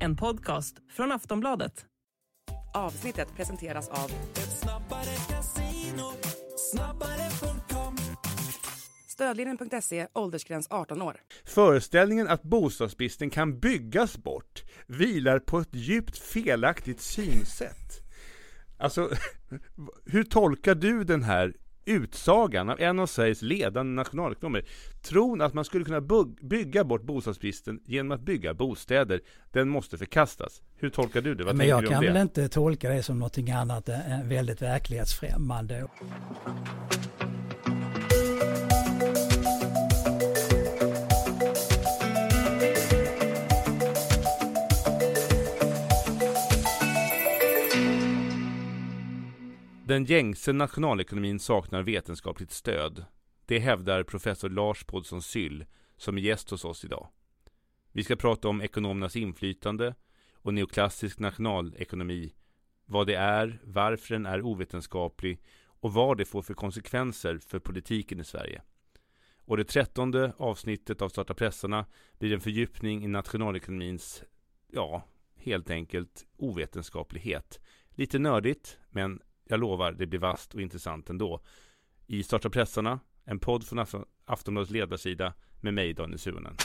en podcast från Aftonbladet. Avsnittet presenteras av Ett snabbare casino, snabbare.com. Stödlinjen.se, åldersgräns 18 år. Föreställningen att bostadsbristen kan byggas bort vilar på ett djupt felaktigt synsätt. Alltså, hur tolkar du den här utsagan av en av Sveriges ledande nationalekonomer? Tron att man skulle kunna bygga bort bostadsbristen genom att bygga bostäder, den måste förkastas. Hur tolkar du det? Men jag kan väl inte tolka det som något annat än väldigt verklighetsfrämmande. Den gängse nationalekonomin saknar vetenskapligt stöd. Det hävdar professor Lars Pålsson Syll som är gäst hos oss idag. Vi ska prata om ekonomernas inflytande och neoklassisk nationalekonomi. Vad det är, varför den är ovetenskaplig och vad det får för konsekvenser för politiken i Sverige. Och det 13:e avsnittet av Starta pressarna blir en fördjupning i nationalekonomins, helt enkelt ovetenskaplighet. Lite nördigt, men jag lovar, det blir vast och intressant ändå. I Starta pressarna, en podd från Aftonbladets ledarsida med mig, Daniel Suhonen.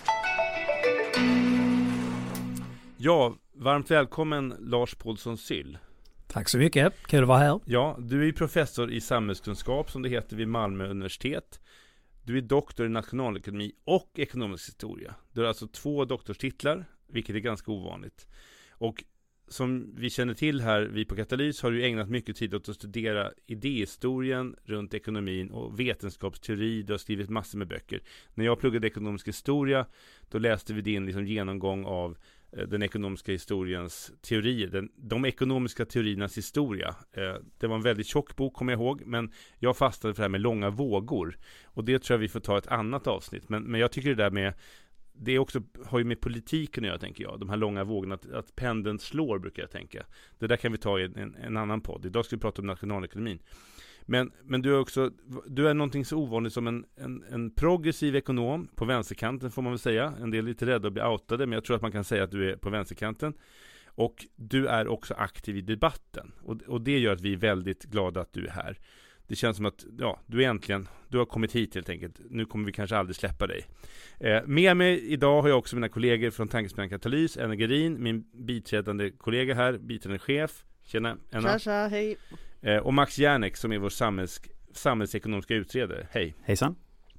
Ja, varmt välkommen Lars Pålsson Syll. Tack så mycket, kul att vara här. Ja, du är ju professor i samhällskunskap som det heter vid Malmö universitet. Du är doktor i nationalekonomi och ekonomisk historia. Du har alltså 2 doktorstitlar, vilket är ganska ovanligt. Och som vi känner till här, vi på Katalys, har ju ägnat mycket tid åt att studera idéhistorien runt ekonomin och vetenskapsteori. Du har skrivit massor med böcker. När jag pluggade ekonomisk historia, då läste vi din genomgång av den ekonomiska historiens teorier, de ekonomiska teoriernas historia. Det var en väldigt tjock bok, kommer jag ihåg, men jag fastnade för det här med långa vågor. Och det tror jag vi får ta ett annat avsnitt. Men jag tycker det där med det är också, har ju med politiken att göra, tänker jag. De här långa vågorna, att pendeln slår, brukar jag tänka. Det där kan vi ta i en annan podd. Idag ska vi prata om nationalekonomin. Men du är någonting så ovanligt som en progressiv ekonom på vänsterkanten, får man väl säga. En del är lite rädda att bli outade, men jag tror att man kan säga att du är på vänsterkanten. Och du är också aktiv i debatten. Och det gör att vi är väldigt glada att du är här. Det känns som att du har kommit hit helt enkelt. Nu kommer vi kanske aldrig släppa dig. Med mig idag har jag också mina kollegor från Tankesmedjan Katalys, Enna Gerin, min biträdande kollega här, biträdande chef. Tjena, Enna. Tja, hej. Och Max Järnek som är vår samhällsekonomiska utredare. Hej. Hejsan.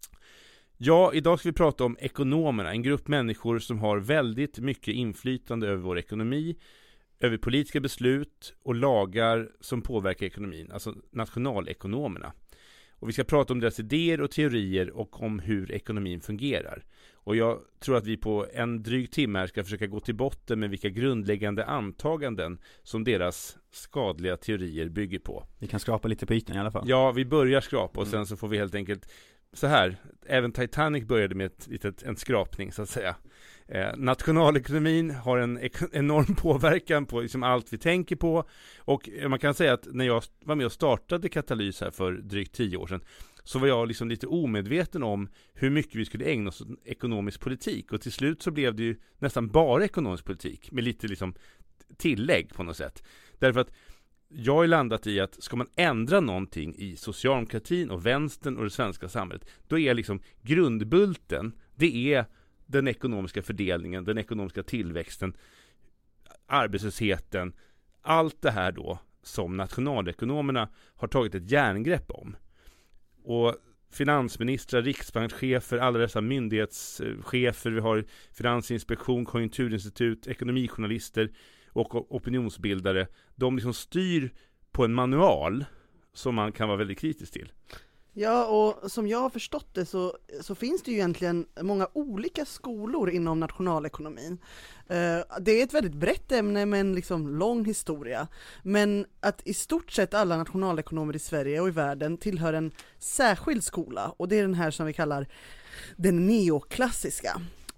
Ja, idag ska vi prata om ekonomerna, en grupp människor som har väldigt mycket inflytande över vår ekonomi, över politiska beslut och lagar som påverkar ekonomin, alltså nationalekonomerna. Och vi ska prata om deras idéer och teorier och om hur ekonomin fungerar. Och jag tror att vi på en dryg timme här ska försöka gå till botten med vilka grundläggande antaganden som deras skadliga teorier bygger på. Vi kan skrapa lite på ytan i alla fall. Ja, vi börjar skrapa och sen så får vi helt enkelt så här, även Titanic började med en skrapning så att säga. Nationalekonomin har en enorm påverkan på allt vi tänker på, och man kan säga att när jag var med och startade Katalys här för drygt 10 år sedan, så var jag lite omedveten om hur mycket vi skulle ägna oss åt ekonomisk politik, och till slut så blev det ju nästan bara ekonomisk politik med lite tillägg på något sätt. Därför att jag har landat i att ska man ändra någonting i socialdemokratin och vänstern och det svenska samhället, då är grundbulten, det är den ekonomiska fördelningen, den ekonomiska tillväxten, arbetslösheten, allt det här då som nationalekonomerna har tagit ett järngrepp om. Och finansministrar, riksbankschefer, alla dessa myndighetschefer, vi har Finansinspektion, Konjunkturinstitut, ekonomijournalister och opinionsbildare, de styr på en manual som man kan vara väldigt kritisk till. Ja, och som jag har förstått det så finns det ju egentligen många olika skolor inom nationalekonomin. Det är ett väldigt brett ämne med en lång historia. Men att i stort sett alla nationalekonomer i Sverige och i världen tillhör en särskild skola. Och det är den här som vi kallar den neoklassiska.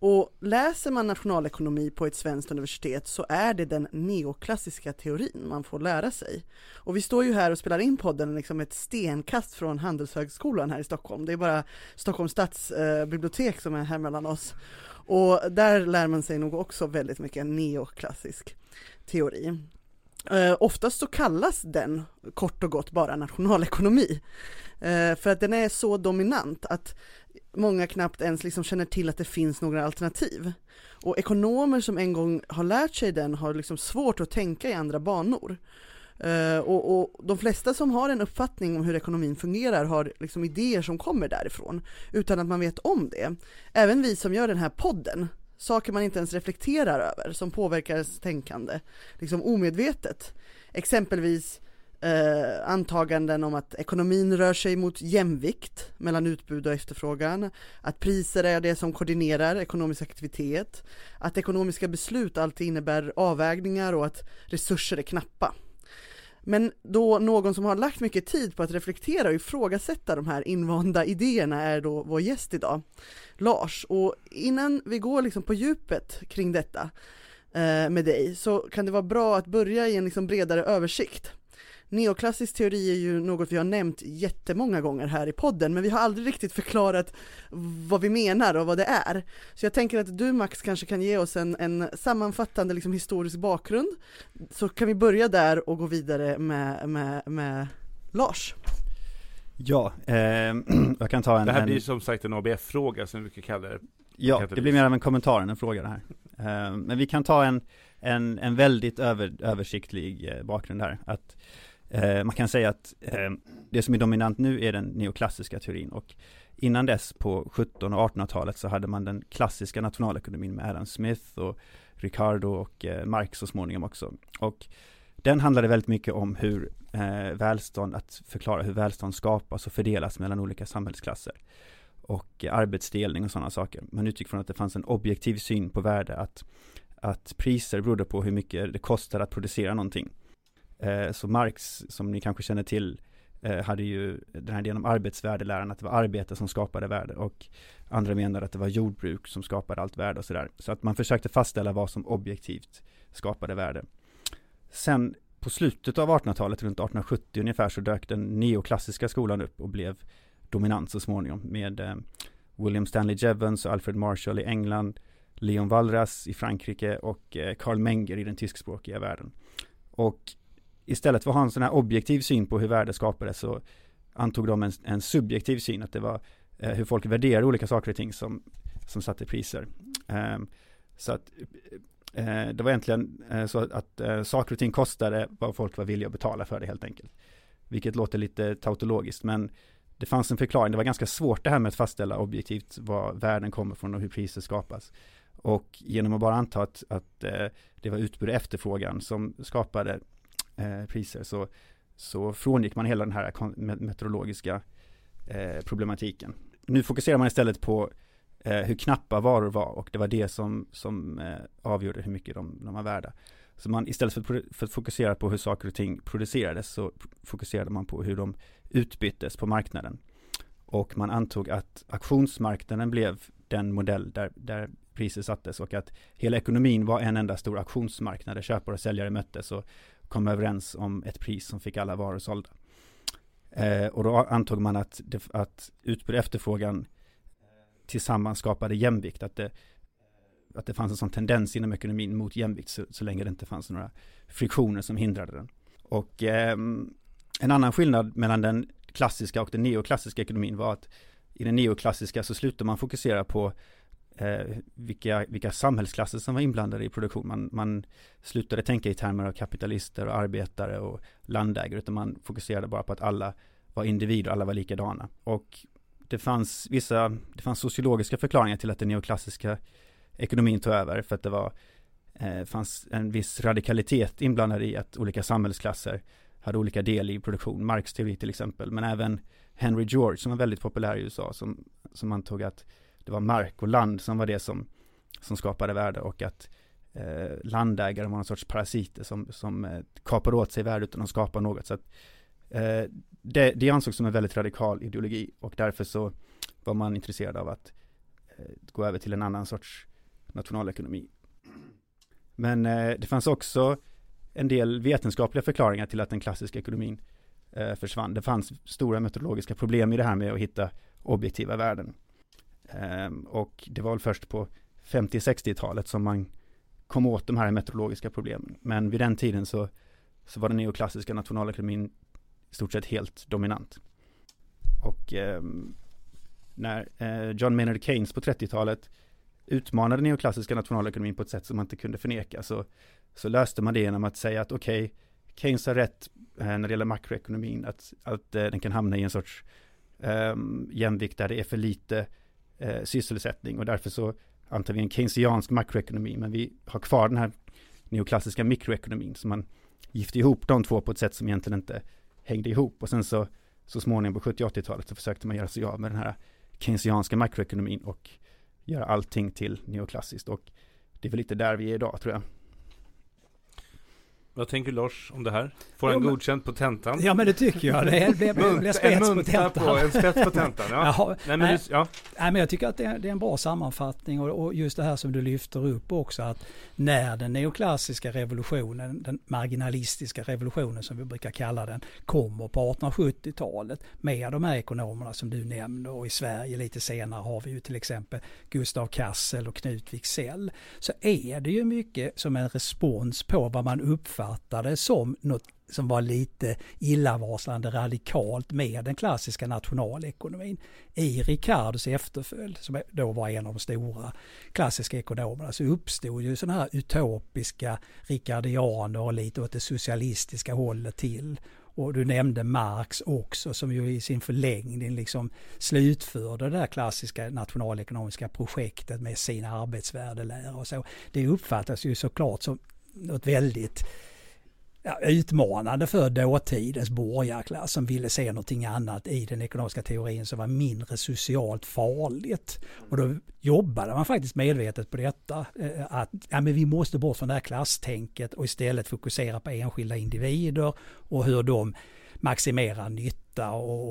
Och läser man nationalekonomi på ett svenskt universitet så är det den neoklassiska teorin man får lära sig. Och vi står ju här och spelar in podden liksom ett stenkast från Handelshögskolan här i Stockholm. Det är bara Stockholms stadsbibliotek som är här mellan oss. Och där lär man sig nog också väldigt mycket neoklassisk teori. Oftast så kallas den kort och gott bara nationalekonomi. För att den är så dominant att många knappt ens liksom känner till att det finns några alternativ. Och ekonomer som en gång har lärt sig den har liksom svårt att tänka i andra banor. Och de flesta som har en uppfattning om hur ekonomin fungerar har liksom idéer som kommer därifrån utan att man vet om det. Även vi som gör den här podden, saker man inte ens reflekterar över som påverkar ens tänkande liksom omedvetet. Exempelvis antaganden om att ekonomin rör sig mot jämvikt mellan utbud och efterfrågan, att priser är det som koordinerar ekonomisk aktivitet, att ekonomiska beslut alltid innebär avvägningar och att resurser är knappa. Men då någon som har lagt mycket tid på att reflektera och ifrågasätta de här invanda idéerna är då vår gäst idag, Lars. Och innan vi går liksom på djupet kring detta med dig så kan det vara bra att börja i en liksom bredare översikt. Neoklassisk teori är ju något vi har nämnt jättemånga gånger här i podden, men vi har aldrig riktigt förklarat vad vi menar och vad det är. Så jag tänker att du, Max, kanske kan ge oss en sammanfattande liksom historisk bakgrund. Så kan vi börja där och gå vidare med Lars. Ja, jag kan ta en... Det här blir som sagt en ABF-fråga som vi kan kalla det. Ja, det blir mer av en kommentar än en fråga det här. Men vi kan ta en väldigt översiktlig bakgrund här. Att man kan säga att det som är dominant nu är den neoklassiska teorin, och innan dess på 1700- och 1800-talet så hade man den klassiska nationalekonomin med Adam Smith och Ricardo och Marx så småningom också. Och den handlade väldigt mycket om hur välstånd, att förklara hur välstånd skapas och fördelas mellan olika samhällsklasser och arbetsdelning och sådana saker. Man utgick från att det fanns en objektiv syn på värde, att priser berodde på hur mycket det kostar att producera någonting. Så Marx, som ni kanske känner till, hade ju den här delen om arbetsvärdeläran, att det var arbete som skapade värde, och andra menade att det var jordbruk som skapade allt värde och sådär. Så att man försökte fastställa vad som objektivt skapade värde. Sen på slutet av 1800-talet, runt 1870 ungefär, så dök den neoklassiska skolan upp och blev dominant så småningom med William Stanley Jevons och Alfred Marshall i England, Leon Walras i Frankrike och Karl Menger i den tyskspråkiga världen. Och istället för att ha en sån här objektiv syn på hur värde skapades så antog de en subjektiv syn, att det var hur folk värderar olika saker och ting som satte priser. Så att det var egentligen så att saker och ting kostade vad folk var villiga att betala för det helt enkelt. Vilket låter lite tautologiskt, men det fanns en förklaring. Det var ganska svårt det här med att fastställa objektivt var värden kommer från och hur priser skapas. Och genom att bara anta att det var utbud och efterfrågan som skapade priser så frångick man hela den här meteorologiska problematiken. Nu fokuserar man istället på hur knappa varor var, och det var det som avgjorde hur mycket de var värda. Så man istället för att fokusera på hur saker och ting producerades så fokuserade man på hur de utbyttes på marknaden. Och man antog att auktionsmarknaden blev den modell där priser sattes, och att hela ekonomin var en enda stor auktionsmarknad där köpare och säljare möttes och kom överens om ett pris som fick alla varor sålda. Och då antog man att utbud och efterfrågan tillsammans skapade jämvikt, att det fanns en sån tendens inom ekonomin mot jämvikt så länge det inte fanns några friktioner som hindrade den. Och en annan skillnad mellan den klassiska och den neoklassiska ekonomin var att i den neoklassiska så slutade man fokusera på vilka samhällsklasser som var inblandade i produktion. Man slutade tänka i termer av kapitalister och arbetare och landägare, utan man fokuserade bara på att alla var individer, alla var likadana. Och det fanns sociologiska förklaringar till att den neoklassiska ekonomin tog över, för att det fanns en viss radikalitet inblandad i att olika samhällsklasser hade olika del i produktion. Marx teori till exempel, men även Henry George som var väldigt populär i USA, som antog att det var mark och land som var det som skapade värde, och att landägare var någon sorts parasiter som kapade åt sig värde utan att skapa något. Så att det ansågs som en väldigt radikal ideologi, och därför så var man intresserad av att gå över till en annan sorts nationalekonomi. Men det fanns också en del vetenskapliga förklaringar till att den klassiska ekonomin försvann. Det fanns stora metodologiska problem i det här med att hitta objektiva värden. Och det var väl först på 50-60-talet som man kom åt de här metodologiska problemen. Men vid den tiden så var den neoklassiska nationalekonomin i stort sett helt dominant. Och när John Maynard Keynes på 30-talet utmanade neoklassiska nationalekonomin på ett sätt som man inte kunde förneka, så löste man det genom att säga att okej, Keynes har rätt när det gäller makroekonomin, att den kan hamna i en sorts jämvikt där det är för lite sysselsättning, och därför så antar vi en keynesiansk makroekonomi, men vi har kvar den här neoklassiska mikroekonomin, så man gifte ihop de två på ett sätt som egentligen inte hängde ihop, och sen så småningom på 70-80-talet så försökte man göra sig av med den här keynesianska makroekonomin och göra allting till neoklassiskt, och det är väl lite där vi är idag, tror jag. Vad tänker Lars om det här? Får han godkänt på tentan? Ja, men det tycker jag. Det blir spets på tentan. En spets på tentan, ja. Nej, men jag tycker att det är en bra sammanfattning, och just det här som du lyfter upp också, att när den neoklassiska revolutionen, den marginalistiska revolutionen som vi brukar kalla den, kommer på 1870-talet med de här ekonomerna som du nämnde, och i Sverige lite senare har vi ju till exempel Gustav Cassel och Knut Wicksell, så är det ju mycket som en respons på vad man uppfattade som något som var lite illavarslande radikalt med den klassiska nationalekonomin. I Ricardos efterföljd, som då var en av de stora klassiska ekonomerna, så uppstod ju sådana här utopiska ricardianer och lite åt det socialistiska hållet till. Och du nämnde Marx också, som ju i sin förlängning liksom slutförde det där klassiska nationalekonomiska projektet med sin arbetsvärdelära och så. Det uppfattas ju såklart som något väldigt utmanande för dåtidens borgarklass som ville se någonting annat i den ekonomiska teorin som var mindre socialt farligt. Och då jobbade man faktiskt medvetet på detta, att men vi måste bort från det här klasstänket och istället fokusera på enskilda individer och hur de maximerar nytta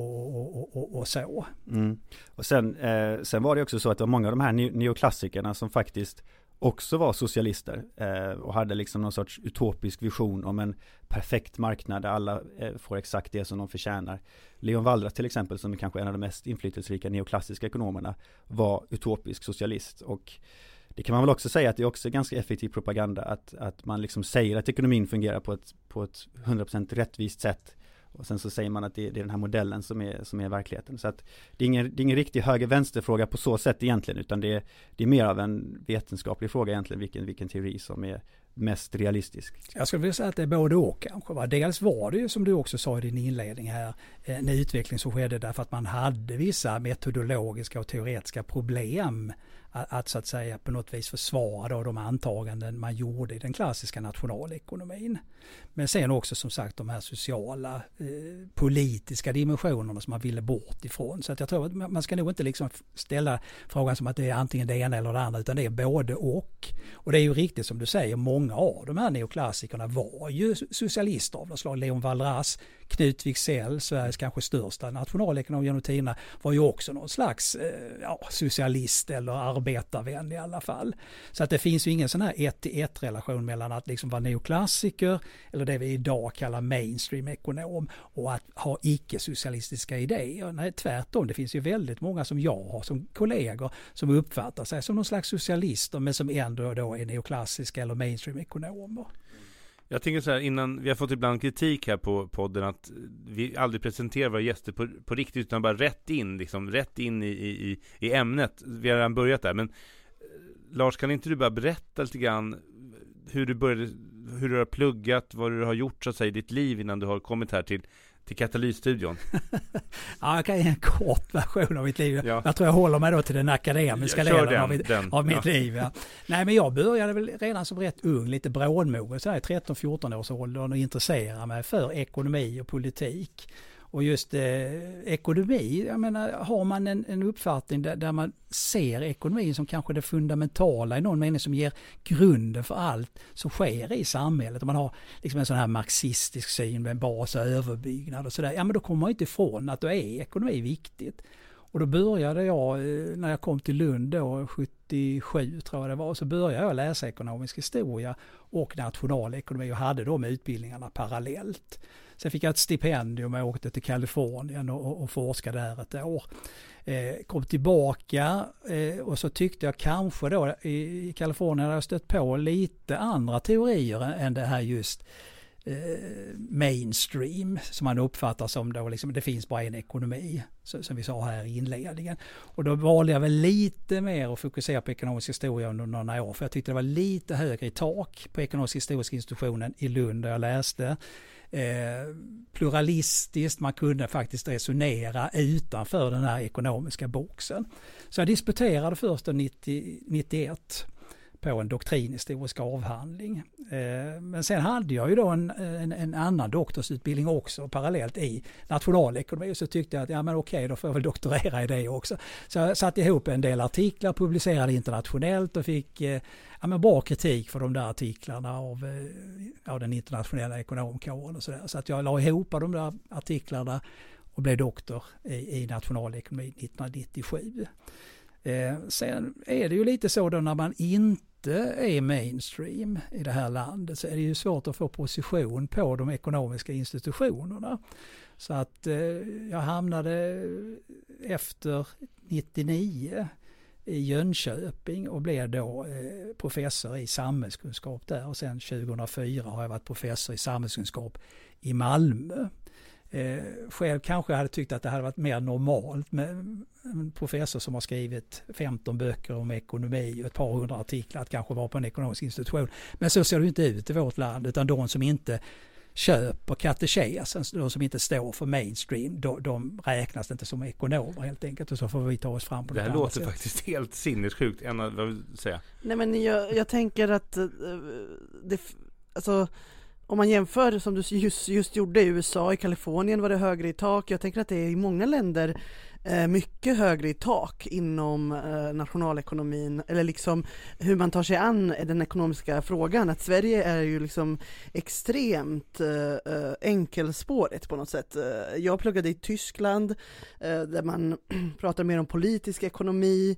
och så. Mm. Och sen var det också så att det var många av de här neoklassikerna som faktiskt också var socialister och hade liksom någon sorts utopisk vision om en perfekt marknad där alla får exakt det som de förtjänar. Leon Wallraff till exempel, som är kanske en av de mest inflytelserika neoklassiska ekonomerna, var utopisk socialist, och det kan man väl också säga att det är också ganska effektiv propaganda att man liksom säger att ekonomin fungerar på ett 100% rättvist sätt, och sen så säger man att det är den här modellen som är verkligheten. Så att det är ingen riktig höger-vänster-fråga på så sätt egentligen, utan det är mer av en vetenskaplig fråga egentligen, vilken teori som är mest realistisk. Jag skulle vilja säga att det är både och kanske. Dels var det ju, som du också sa i din inledning här, en utveckling som skedde därför att man hade vissa metodologiska och teoretiska problem att så att säga på något vis försvara då de antaganden man gjorde i den klassiska nationalekonomin. Men sen också som sagt de här sociala politiska dimensionerna som man ville bort ifrån. Så att jag tror att man ska nog inte liksom ställa frågan som att det är antingen det ena eller det andra, utan det är både och. Och det är ju riktigt som du säger, många av de här neoklassikerna var ju socialister av något slag. Leon Wallraff, Knut Wicksell, Sveriges kanske största nationalekonom genom tiderna, var ju också någon slags socialist eller arbetarvän i alla fall. Så att det finns ju ingen sån här 1-1 relation mellan att liksom vara neoklassiker eller det vi idag kallar mainstream-ekonom och att ha icke-socialistiska idéer. Nej, tvärtom. Det finns ju väldigt många som jag har som kollegor som uppfattar sig som någon slags socialister men som ändå då är neoklassiska eller mainstream-ekonomer. Jag tänker så här, innan vi har fått ibland kritik här på podden att vi aldrig presenterar våra gäster på riktigt, utan bara rätt in i ämnet. Vi har redan börjat där, men Lars, kan inte du bara berätta lite grann hur du har pluggat, vad du har gjort så att säga i ditt liv innan du har kommit här till Katalysstudion? Ja, jag kan ge en kort version av mitt liv. Ja. Jag tror jag håller mig då till den akademiska delen av mitt liv. Ja. Nej, men jag började väl redan som rätt ung, lite brådmogen, så här 13-14 års ålder, och intressera mig för ekonomi och politik. Och just ekonomi, jag menar, har man en uppfattning där man ser ekonomin som kanske det fundamentala i någon mening som ger grunden för allt som sker i samhället. Om man har liksom en sån här marxistisk syn med bas och överbyggnad och sådär, ja men då kommer man inte ifrån att då är ekonomi viktigt. Och då började jag, när jag kom till Lund då, 77 tror jag det var, så började jag läsa ekonomisk historia och nationalekonomi och hade de utbildningarna parallellt. Sen fick jag ett stipendium och jag åkte till Kalifornien och forskade där ett år. Kom tillbaka och så tyckte jag kanske då i Kalifornien hade jag stött på lite andra teorier än det här just mainstream som man uppfattar som då liksom, det finns bara en ekonomi som vi sa här i inledningen. Och då valde jag väl lite mer att fokusera på ekonomisk historia under några år, för jag tyckte det var lite högre i tak på ekonomisk historiska institutionen i Lund där jag läste. Pluralistiskt, man kunde faktiskt resonera utanför den här ekonomiska boxen. Så jag disputerade först 91 på en doktrinhistorisk avhandling. Men sen hade jag ju då en annan doktorsutbildning också parallellt i nationalekonomi, och så tyckte jag att ja men okej, då får jag väl doktorera i det också. Så jag satte ihop en del artiklar, publicerade internationellt och fick bra kritik för de där artiklarna av den internationella ekonomkåren och sådär. Så att jag la ihop de där artiklarna och blev doktor i nationalekonomi 1997. Sen är det ju lite så då när man inte är mainstream i det här landet, så är det ju svårt att få position på de ekonomiska institutionerna. Så att jag hamnade efter 99 i Jönköping och blev då professor i samhällskunskap där, och sen 2004 har jag varit professor i samhällskunskap i Malmö. Själv kanske jag hade tyckt att det hade varit mer normalt med en professor som har skrivit 15 böcker om ekonomi och ett par hundra artiklar att kanske vara på en ekonomisk institution. Men så ser det inte ut i vårt land, utan de som inte köper katekesen, de som inte står för mainstream, de räknas inte som ekonomer helt enkelt, och så får vi ta oss fram på det här låter sätt. Faktiskt helt sinnessjukt, vad vill du säga? Nej, men jag tänker att alltså om man jämför som du just gjorde i USA, i Kalifornien var det högre i tak. Jag tänker att det är i många länder mycket högre i tak inom nationalekonomin, eller liksom hur man tar sig an den ekonomiska frågan. Att Sverige är ju liksom extremt enkelspårigt på något sätt. Jag pluggade i Tyskland där man pratar mer om politisk ekonomi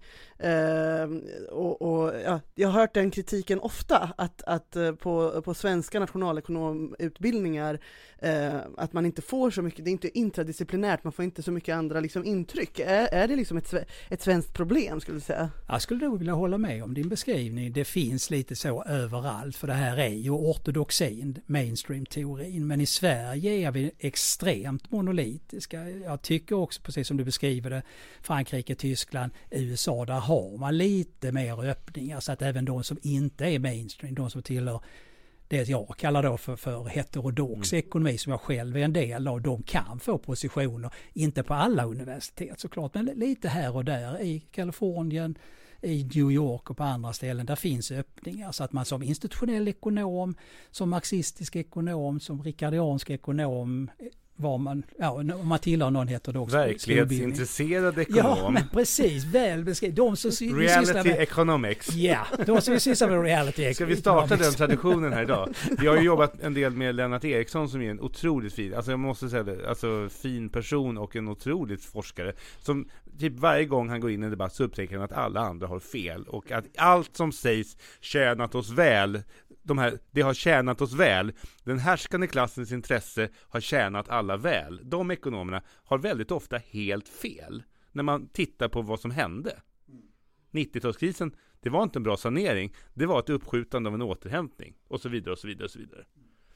och jag har hört den kritiken ofta att på svenska nationalekonomutbildningar att man inte får så mycket, det är inte intradisciplinärt, man får inte så mycket andra liksom intryck. Är det liksom ett svenskt problem, skulle du säga? Jag skulle nog vilja hålla med om din beskrivning. Det finns lite så överallt, för det här är ju ortodoxin, mainstream-teorin, men i Sverige är vi extremt monolitiska. Jag tycker också, precis som du beskriver det, Frankrike, Tyskland, USA, där har man lite mer öppningar, så att även de som inte är mainstream, de som tillhör det jag kallar då för heterodox ekonomi, som jag själv är en del av, de kan få positioner, inte på alla universitet såklart, men lite här och där i Kalifornien, i New York och på andra ställen, där finns öppningar, så att man som institutionell ekonom, som marxistisk ekonom, som rikardiansk ekonom, om man tillhör någon heterodox verklighetsintresserad ekonom. Ja, men precis, väl beskrivet. Reality economics. Ja, de som sysslar med reality economics. Ska vi starta den traditionen här idag? Vi har ju jobbat en del med Lennart Eriksson, som är en otroligt fin, alltså jag måste säga det, alltså fin person och en otroligt forskare, som typ varje gång han går in i en debatt så upptäcker han att alla andra har fel, och att allt som sägs tjänat oss väl. Det har tjänat oss väl. Den härskande klassens intresse har tjänat alla väl. De ekonomerna har väldigt ofta helt fel när man tittar på vad som hände. 90-talskrisen, det var inte en bra sanering. Det var ett uppskjutande av en återhämtning. Och så vidare och så vidare och så vidare.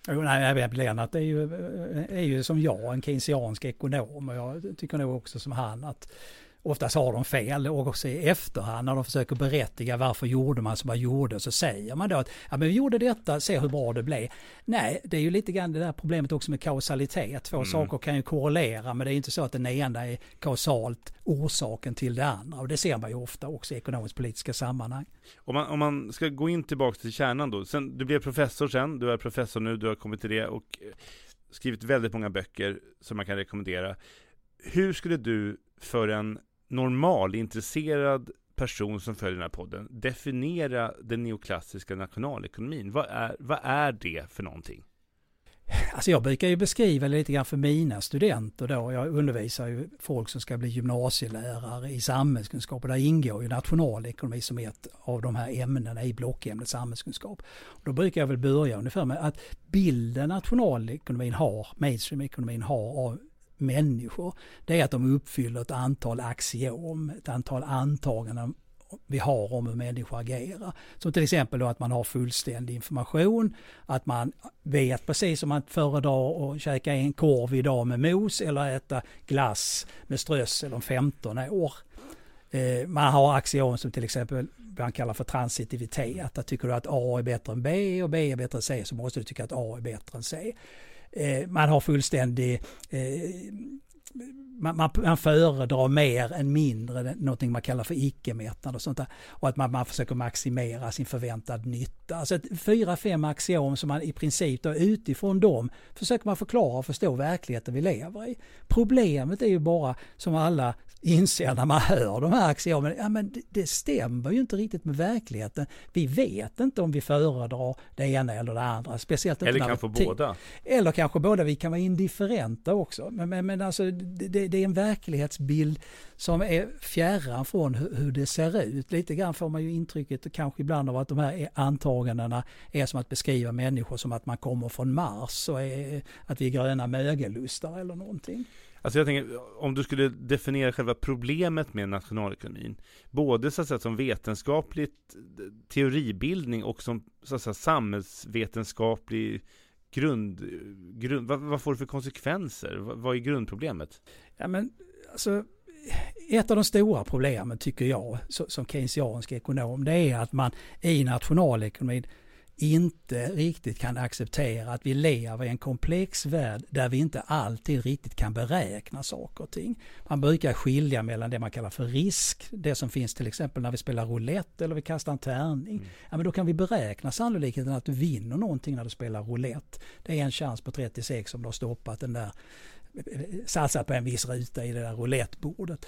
Lennart är ju som jag en keynesiansk ekonom, och jag tycker nog också som han att oftast har de fel, och också i efterhand när de försöker berättiga varför gjorde man som man gjorde, så säger man då att men vi gjorde detta, se hur bra det blev. Nej, det är ju lite grann det där problemet också med kausalitet. Två saker kan ju korrelera, men det är inte så att den ena är kausalt orsaken till det andra, och det ser man ju ofta också i ekonomisk-politiska sammanhang. Om man ska gå in tillbaka till kärnan då, sen, du blev professor sen, du är professor nu, du har kommit till det och skrivit väldigt många böcker som man kan rekommendera. Hur skulle du för en normal, intresserad person som följer den här podden definiera den neoklassiska nationalekonomin? Vad är det för någonting? Alltså jag brukar ju beskriva lite grann för mina studenter då. Jag undervisar ju folk som ska bli gymnasielärare i samhällskunskap och där ingår ju nationalekonomi som är ett av de här ämnena i blockämnet samhällskunskap. Och då brukar jag väl börja ungefär med att bilden nationalekonomin har, mainstream-ekonomin har av människor, det är att de uppfyller ett antal axiom, ett antal antaganden vi har om hur människor agerar. Som till exempel då att man har fullständig information, att man vet precis om man föredrar att käka en korv idag med mos eller äta glass med strössel om 15 år. Man har axiom som till exempel man kallar för transitivitet. Att tycker du att A är bättre än B och B är bättre än C så måste du tycka att A är bättre än C. Man har fullständig man föredrar mer än mindre, någonting man kallar för icke-mättnad och sånt där. Och att man försöker maximera sin förväntad nytta. Alltså 4-5 axiom som man i princip då utifrån dem försöker man förklara och förstå verkligheten vi lever i. Problemet är ju bara, som alla inser när man hör de här axiomen, ja men det stämmer ju inte riktigt med verkligheten. Vi vet inte om vi föredrar det ena eller det andra. Speciellt inte eller kanske båda. Eller kanske båda, vi kan vara indifferenta också. Men alltså det är en verklighetsbild som är fjärran från hur det ser ut. Lite grann får man ju intrycket kanske ibland av att de här antagandena är som att beskriva människor som att man kommer från Mars och att vi är gröna mögellustar eller någonting. Alltså jag tänker, om du skulle definiera själva problemet med nationalekonomin, både så att säga som vetenskapligt teoribildning och som så att säga samhällsvetenskaplig grund vad får det för konsekvenser? Vad är grundproblemet? Ja men alltså ett av de stora problemen tycker jag som keynesiansk ekonom, det är att man i nationalekonomin inte riktigt kan acceptera att vi lever i en komplex värld där vi inte alltid riktigt kan beräkna saker och ting. Man brukar skilja mellan det man kallar för risk, det som finns till exempel när vi spelar roulette eller vi kastar en tärning. Ja, men då kan vi beräkna sannolikheten att du vinner någonting när du spelar roulette. Det är en chans på 36 om du har stoppat den där, satsat på en viss ruta i det där roulettebordet.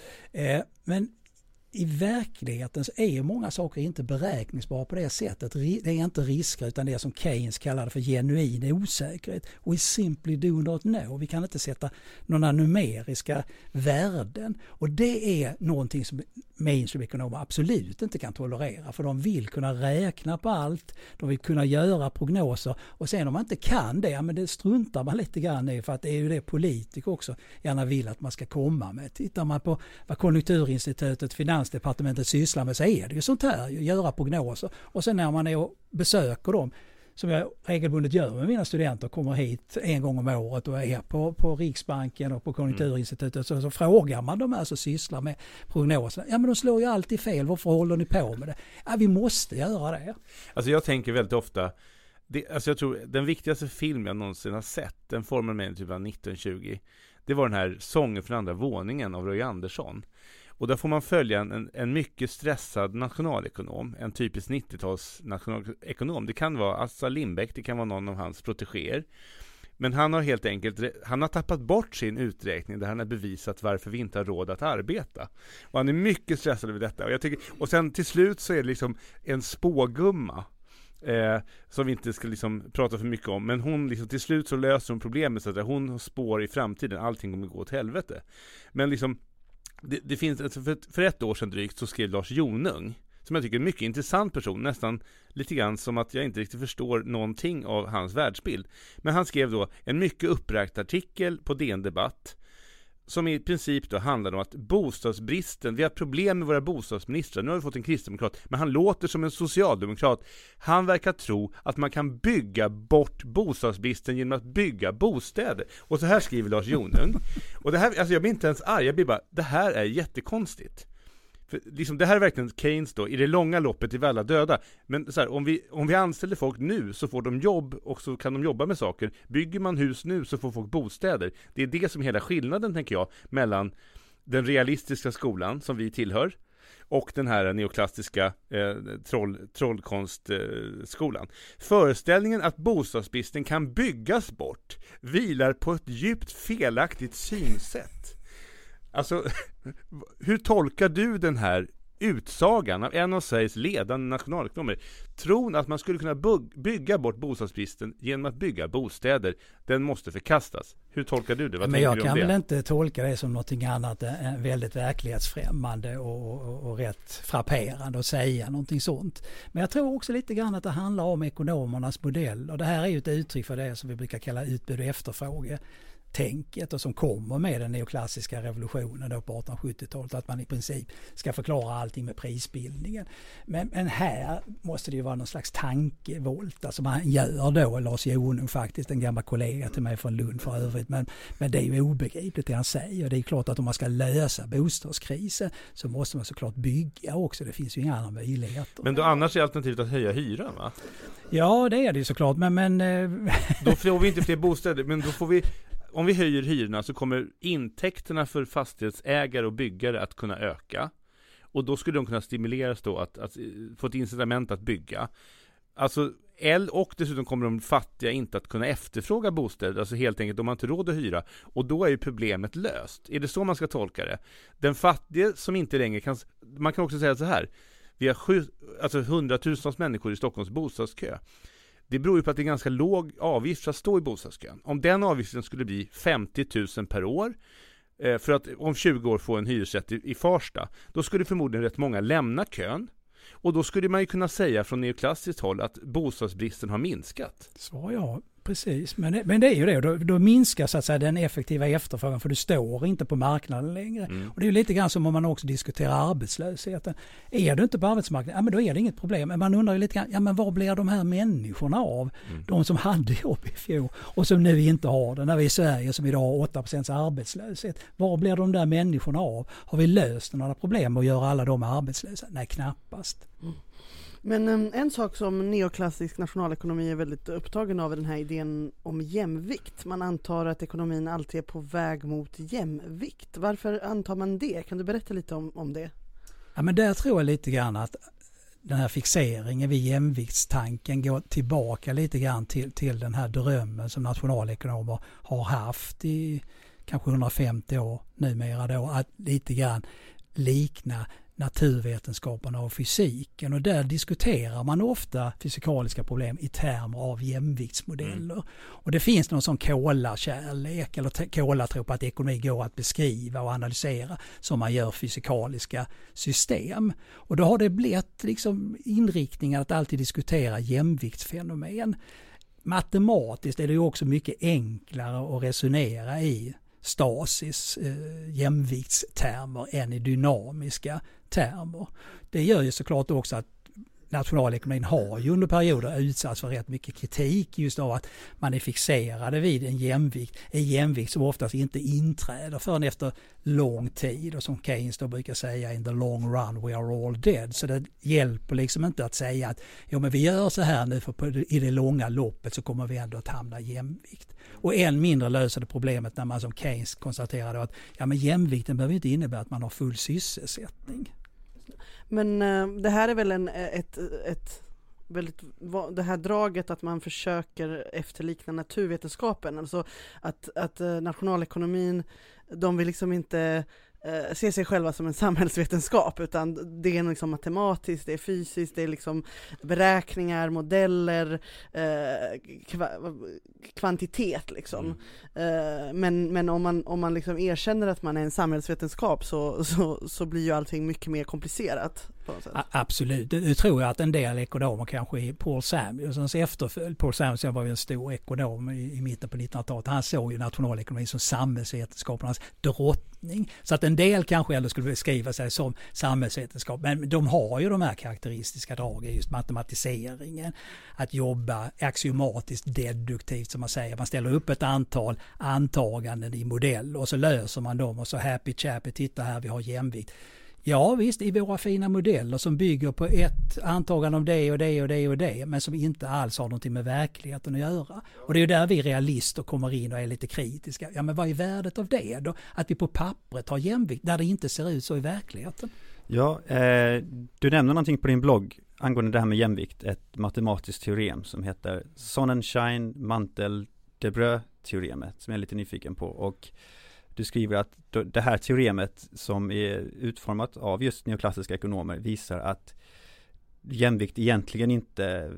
Men i verkligheten så är många saker inte beräkningsbara på det sättet. Det är inte risker utan det som Keynes kallade för genuin osäkerhet. We simply do not know. Vi kan inte sätta några numeriska värden. Och det är någonting som mainstream-ekonomer absolut inte kan tolerera. För de vill kunna räkna på allt. De vill kunna göra prognoser. Och sen om man inte kan det, men det struntar man lite grann i. För att det är ju det politiker också gärna vill att man ska komma med. Tittar man på vad Konjunkturinstitutet, Finansdepartementet sysslar med så är det ju sånt här. Göra prognoser. Och sen när man är och besöker dem, som jag regelbundet gör med mina studenter, kommer hit en gång om året och är på Riksbanken och på Konjunkturinstitutet så frågar man de här som sysslar med prognoser. Ja men de slår ju alltid fel, varför håller ni på med det? Ja vi måste göra det. Alltså jag tänker väldigt ofta, jag tror den viktigaste film jag någonsin har sett, den formade mig typ av 1920, det var den här Sången från andra våningen av Roy Andersson. Och där får man följa en mycket stressad nationalekonom, en typisk 90-tals nationalekonom. Det kan vara Assar Lindbeck, det kan vara någon av hans protegéer. Men han har helt enkelt, han har tappat bort sin uträkning där han har bevisat varför vi inte har råd att arbeta. Och han är mycket stressad över detta. Och sen till slut så är det liksom en spågumma. Som vi inte ska liksom prata för mycket om, men hon liksom, till slut så löser hon problemet så att hon spår i framtiden, allting kommer gå åt helvete. Men liksom det finns, för ett år sedan drygt så skrev Lars Jonung, som jag tycker är en mycket intressant person, nästan lite grann som att jag inte riktigt förstår någonting av hans världsbild. Men han skrev då en mycket uppräkt artikel på DN Debatt som i princip då handlar om att bostadsbristen, vi har problem med våra bostadsministrar, nu har vi fått en kristdemokrat, men han låter som en socialdemokrat. Han verkar tro att man kan bygga bort bostadsbristen genom att bygga bostäder. Och så här skriver Lars Jonung. Och det här, alltså jag blir inte ens arg, jag blir bara, det här är jättekonstigt. För liksom, det här är verkligen Keynes då, i det långa loppet är vi alla döda. Men så här, om vi anställer folk nu så får de jobb och så kan de jobba med saker. Bygger man hus nu så får folk bostäder. Det är det som är hela skillnaden, tänker jag, mellan den realistiska skolan som vi tillhör och den här neoklassiska trollkonstskolan. Föreställningen att bostadsbristen kan byggas bort vilar på ett djupt felaktigt synsätt. Alltså, hur tolkar du den här utsagan av en av Sveriges ledande nationalekonomer. Tron att man skulle kunna bygga bort bostadsbristen genom att bygga bostäder, den måste förkastas. Hur tolkar du det? Vad Men jag du om kan det? väl inte tolka det som någonting annat än väldigt verklighetsfrämmande och rätt frapperande att säga någonting sånt. Men jag tror också lite grann att det handlar om ekonomernas modell, och det här är ju ett uttryck för det som vi brukar kalla utbud och efterfrågetänket och som kommer med den neoklassiska revolutionen då på 1870-talet, att man i princip ska förklara allting med prisbildningen. Men här måste det ju vara någon slags tankevolta som man gör då, Lars Jonung faktiskt, en gammal kollega till mig från Lund för övrigt, men det är ju obegripligt det han säger. Det är klart att om man ska lösa bostadskrisen så måste man såklart bygga också, det finns ju inga andra möjligheter. Men då annars är alternativet att höja hyran, va? Ja, det är det ju såklart, men Då får vi inte fler bostäder, men då får vi, om vi höjer hyrorna så kommer intäkterna för fastighetsägare och byggare att kunna öka. Och då skulle de kunna stimuleras då att få ett incitament att bygga. Alltså, och dessutom kommer de fattiga inte att kunna efterfråga bostäder. Alltså helt enkelt, de har inte råd att hyra. Och då är ju problemet löst. Är det så man ska tolka det? Den fattige som inte längre kan... Man kan också säga så här. Vi har 100,000 människor i Stockholms bostadskö. Det beror ju på att det är ganska låg avgift för att stå i bostadskön. Om den avgiften skulle bli 50 000 per år för att om 20 år få en hyresrätt i Farsta, då skulle förmodligen rätt många lämna kön. Och då skulle man ju kunna säga från neoklassiskt håll att bostadsbristen har minskat. Så ja, precis. Men det är ju det. Då minskar så att säga den effektiva efterfrågan, för du står inte på marknaden längre. Och det är ju lite grann som om man också diskuterar arbetslösheten. Är du inte på arbetsmarknaden, ja men då är det inget problem. Men man undrar ju lite grann, ja men var blir de här människorna av? De som hade jobb i fjol och som nu inte har det. När vi i Sverige som idag har 8% arbetslöshet. Var blir de där människorna av? Har vi löst några problem och göra alla de arbetslösa? Nej, knappast. Men en sak som neoklassisk nationalekonomi är väldigt upptagen av är den här idén om jämvikt. Man antar att ekonomin alltid är på väg mot jämvikt. Varför antar man det? Kan du berätta lite om det? Ja, men där tror jag lite grann att den här fixeringen vid jämviktstanken går tillbaka lite grann till den här drömmen som nationalekonomer har haft i kanske 150 år numera då, att lite grann likna naturvetenskaperna och fysiken, och där diskuterar man ofta fysikaliska problem i termer av jämviktsmodeller. Och det finns någon sån kolarkärlek eller kolartro på att ekonomi går att beskriva och analysera som man gör fysikaliska system. Och då har det blivit liksom inriktningen att alltid diskutera jämviktsfenomen. Matematiskt är det ju också mycket enklare att resonera i stasis, jämviktstermer än i dynamiska termer. Det gör ju såklart också att nationalekonomin har ju under perioder utsatts för rätt mycket kritik just av att man är fixerade vid en jämvikt som oftast inte inträder förrän efter lång tid, och som Keynes då brukar säga, in the long run we are all dead. Så det hjälper liksom inte att säga att men vi gör så här nu, för i det långa loppet så kommer vi ändå att hamna i jämvikt. Och än mindre löser det problemet när man som Keynes konstaterade att men jämvikten behöver inte innebära att man har full sysselsättning. Men det här är väl ett väldigt, det här draget att man försöker efterlikna naturvetenskapen, alltså att nationalekonomin, de vill liksom inte se sig själva som en samhällsvetenskap, utan det är liksom matematiskt, det är fysiskt, det är liksom beräkningar, modeller, kvantitet liksom. Men om man liksom erkänner att man är en samhällsvetenskap så blir ju allting mycket mer komplicerat på något sätt. Absolut, det tror jag att en del ekonomer kanske i Paul Samuelsons efterföljd. Paul Samuelson var ju en stor ekonom i mitten på 1900-talet. Han såg ju nationalekonomin som samhällsvetenskapernas drottning. Så att en del kanske ändå skulle beskriva sig som samhällsvetenskap, men de har ju de här karaktäristiska dragen, just matematiseringen, att jobba axiomatiskt deduktivt som man säger. Man ställer upp ett antal antaganden i modell och så löser man dem och så happy chappy, titta här, vi har jämvikt. Ja visst, i våra fina modeller som bygger på ett antagande om det och det och det och det, men som inte alls har någonting med verkligheten att göra. Och det är ju där vi realister kommer in och är lite kritiska. Ja, men vad är värdet av det då? Att vi på pappret har jämvikt där det inte ser ut så i verkligheten. Ja, du nämnde någonting på din blogg angående det här med jämvikt, ett matematiskt teorem som heter Sonnenschein-Mantel-Debreu-teoremet, som jag är lite nyfiken på. Och du skriver att det här teoremet som är utformat av just neoklassiska ekonomer visar att jämvikt egentligen inte,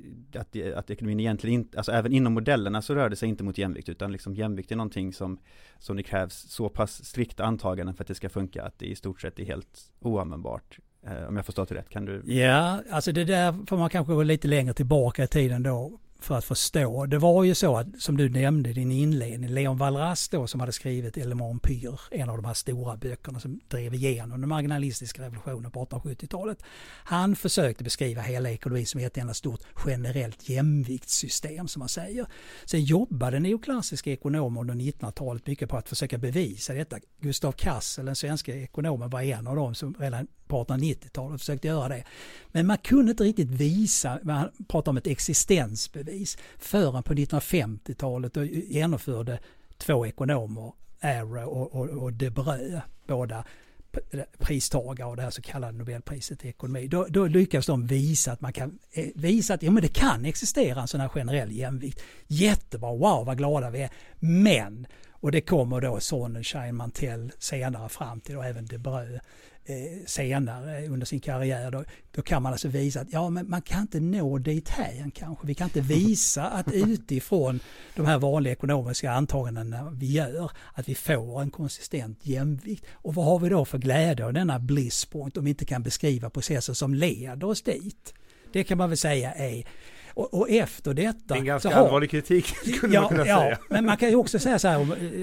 att ekonomin egentligen inte, alltså även inom modellerna så rör det sig inte mot jämvikt, utan liksom jämvikt är någonting som det krävs så pass strikta antaganden för att det ska funka att det i stort sett är helt oanvändbart. Om jag förstår det rätt, kan du? Ja, alltså det där får man kanske gå lite längre tillbaka i tiden då för att förstå. Det var ju så att, som du nämnde i din inledning, Leon Walras då, som hade skrivit Éléments Empire, en av de här stora böckerna som drev igenom den marginalistiska revolutionen på 1870-talet. Han försökte beskriva hela ekonomin som ett enda stort generellt jämviktssystem, som man säger. Sen jobbade neoklassiska ekonomer under 1900-talet mycket på att försöka bevisa detta. Gustav Cassel, den svenska ekonomen, var en av dem som redan på 1890-talet försökte göra det. Men man kunde inte riktigt visa, man pratar om ett existensbevis, förrän på 1950-talet då genomförde två ekonomer, Arrow och Debreu, båda pristagare av det här så kallade Nobelpriset i ekonomi. Då lyckas de visa att man kan visa att men det kan existera en sån här generell jämvikt. Jättebra, wow vad glada vi är. Men, och det kommer då Sonnenschein, Mantell senare fram till, och även Debreu senare under sin karriär, då kan man alltså visa att men man kan inte nå dit här kanske. Vi kan inte visa att utifrån de här vanliga ekonomiska antagandena vi gör att vi får en konsistent jämvikt. Och vad har vi då för glädje av denna bliss point om vi inte kan beskriva processer som leder oss dit? Det kan man väl säga är. Och efter detta... Det är en ganska allvarlig kritik skulle man kunna säga. Men man kan ju också säga så här,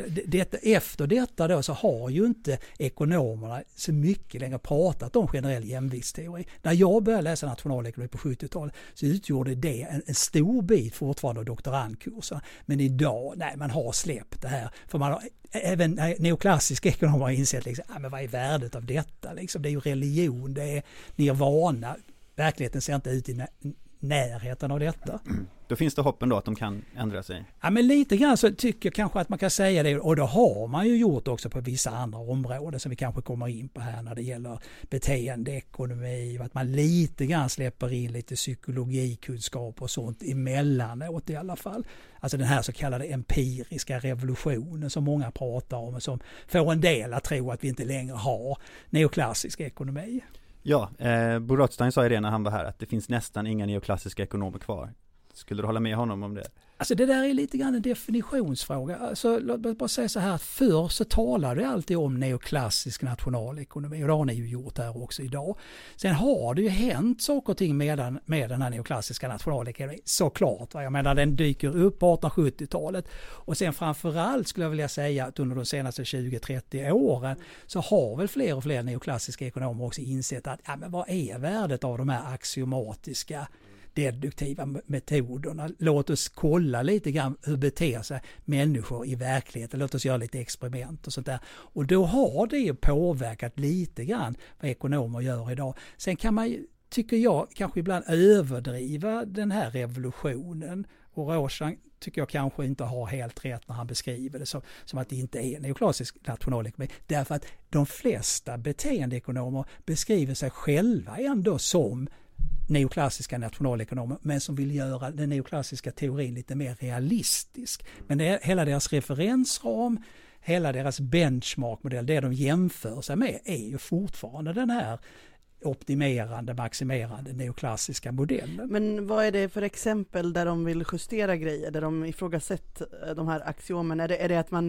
efter detta då så har ju inte ekonomerna så mycket längre pratat om generell jämviktsteori. När jag började läsa nationalekonomi på 70-talet så utgjorde det en stor bit fortfarande av doktorandkursen. Men idag, man har släppt det här. För man har, även neoklassiska ekonomer har insett liksom, men vad är värdet av detta? Liksom, det är ju religion, det är nirvana. Verkligheten ser inte ut i närheten av detta. Då finns det hoppen då att de kan ändra sig? Ja, men lite grann så tycker jag kanske att man kan säga det, och det har man ju gjort också på vissa andra områden som vi kanske kommer in på här när det gäller beteendeekonomi, att man lite grann släpper in lite psykologikunskap och sånt emellanåt i alla fall. Alltså den här så kallade empiriska revolutionen som många pratar om och som får en del att tro att vi inte längre har neoklassisk ekonomi. Ja, Bo Rothstein sa ju det när han var här att det finns nästan inga neoklassiska ekonomer kvar. Skulle du hålla med honom om det? Alltså det där är lite grann en definitionsfråga. Alltså, låt mig bara säga så här, förr så talade det alltid om neoklassisk nationalekonomi, och det har ni ju gjort här också idag. Sen har det ju hänt saker och ting med den här neoklassiska nationalekonomin, såklart. Jag menar, den dyker upp på 1870-talet, och sen framförallt skulle jag vilja säga att under de senaste 20-30 åren så har väl fler och fler neoklassiska ekonomer också insett att men vad är värdet av de här axiomatiska deduktiva metoderna. Låt oss kolla lite grann hur beter sig människor i verkligheten. Låt oss göra lite experiment och sånt där. Och då har det ju påverkat lite grann vad ekonomer gör idag. Sen kan man, tycker jag, kanske ibland överdriva den här revolutionen. Och Rothstein tycker jag kanske inte har helt rätt när han beskriver det som att det inte är neoklassisk nationalekonomi. Därför att de flesta beteendeekonomer beskriver sig själva ändå som neoklassiska nationalekonomer, men som vill göra den neoklassiska teorin lite mer realistisk. Men hela deras referensram, hela deras benchmarkmodell, det de jämför sig med är ju fortfarande den här optimerande, maximerande neoklassiska modellen. Men vad är det för exempel där de vill justera grejer, där de ifrågasätter de här axiomen? Är det att man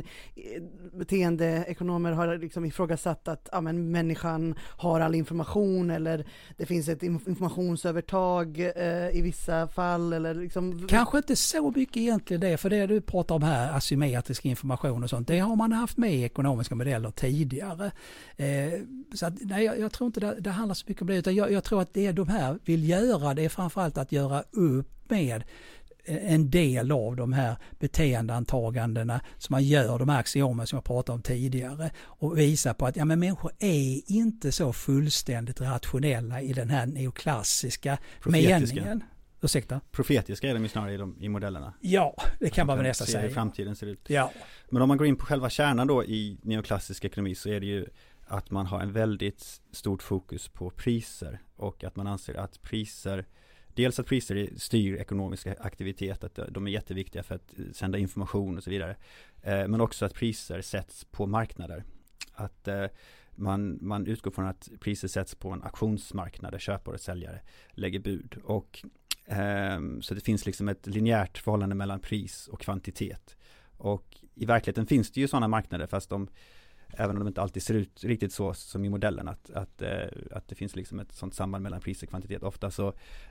beteendeekonomer har liksom ifrågasatt att människan har all information, eller det finns ett informationsövertag i vissa fall, eller liksom... Kanske inte så mycket egentligen det, för det du pratar om här, asymmetrisk information och sånt, det har man haft med i ekonomiska modeller tidigare. Så att, nej, jag tror inte det handlar så mycket om det, utan jag tror att det de här vill göra, det är framförallt att göra upp med en del av de här beteendeantagandena som man gör, de här axiomer som jag pratade om tidigare, och visa på att människor är inte så fullständigt rationella i den här neoklassiska meningen. Ursäkta? Profetiska är de ju snarare i modellerna. Ja, det kan man väl nästan säga. Hur framtiden ser ut. Ja. Men om man går in på själva kärnan då i neoklassisk ekonomi, så är det ju att man har en väldigt stort fokus på priser, och att man anser att priser dels att priser styr ekonomiska aktivitet, att de är jätteviktiga för att sända information och så vidare. Men också att priser sätts på marknader. Att man utgår från att priser sätts på en auktionsmarknad där köpare och säljare lägger bud. Och så det finns liksom ett linjärt förhållande mellan pris och kvantitet. Och i verkligheten finns det ju sådana marknader, fast även om de inte alltid ser ut riktigt så som i modellen, att det finns liksom ett sådant samband mellan pris och kvantitet. Ofta så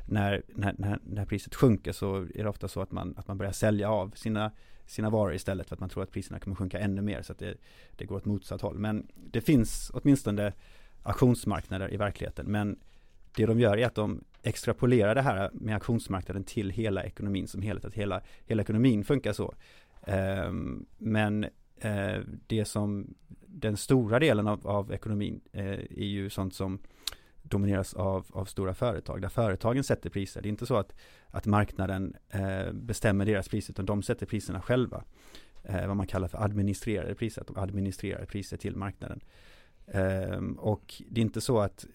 när priset sjunker så är det ofta så att man börjar sälja av sina varor istället, för att man tror att priserna kommer sjunka ännu mer, så att det går åt motsatt håll. Men det finns åtminstone auktionsmarknader i verkligheten, men det de gör är att de extrapolerar det här med auktionsmarknaden till hela ekonomin som helhet, att hela ekonomin funkar så. Men det som den stora delen av ekonomin är ju sånt som domineras av stora företag, där företagen sätter priser. Det är inte så att marknaden bestämmer deras priser, utan de sätter priserna själva. Vad man kallar för administrerade priser, att de administrerar priser till marknaden. Och det är inte så att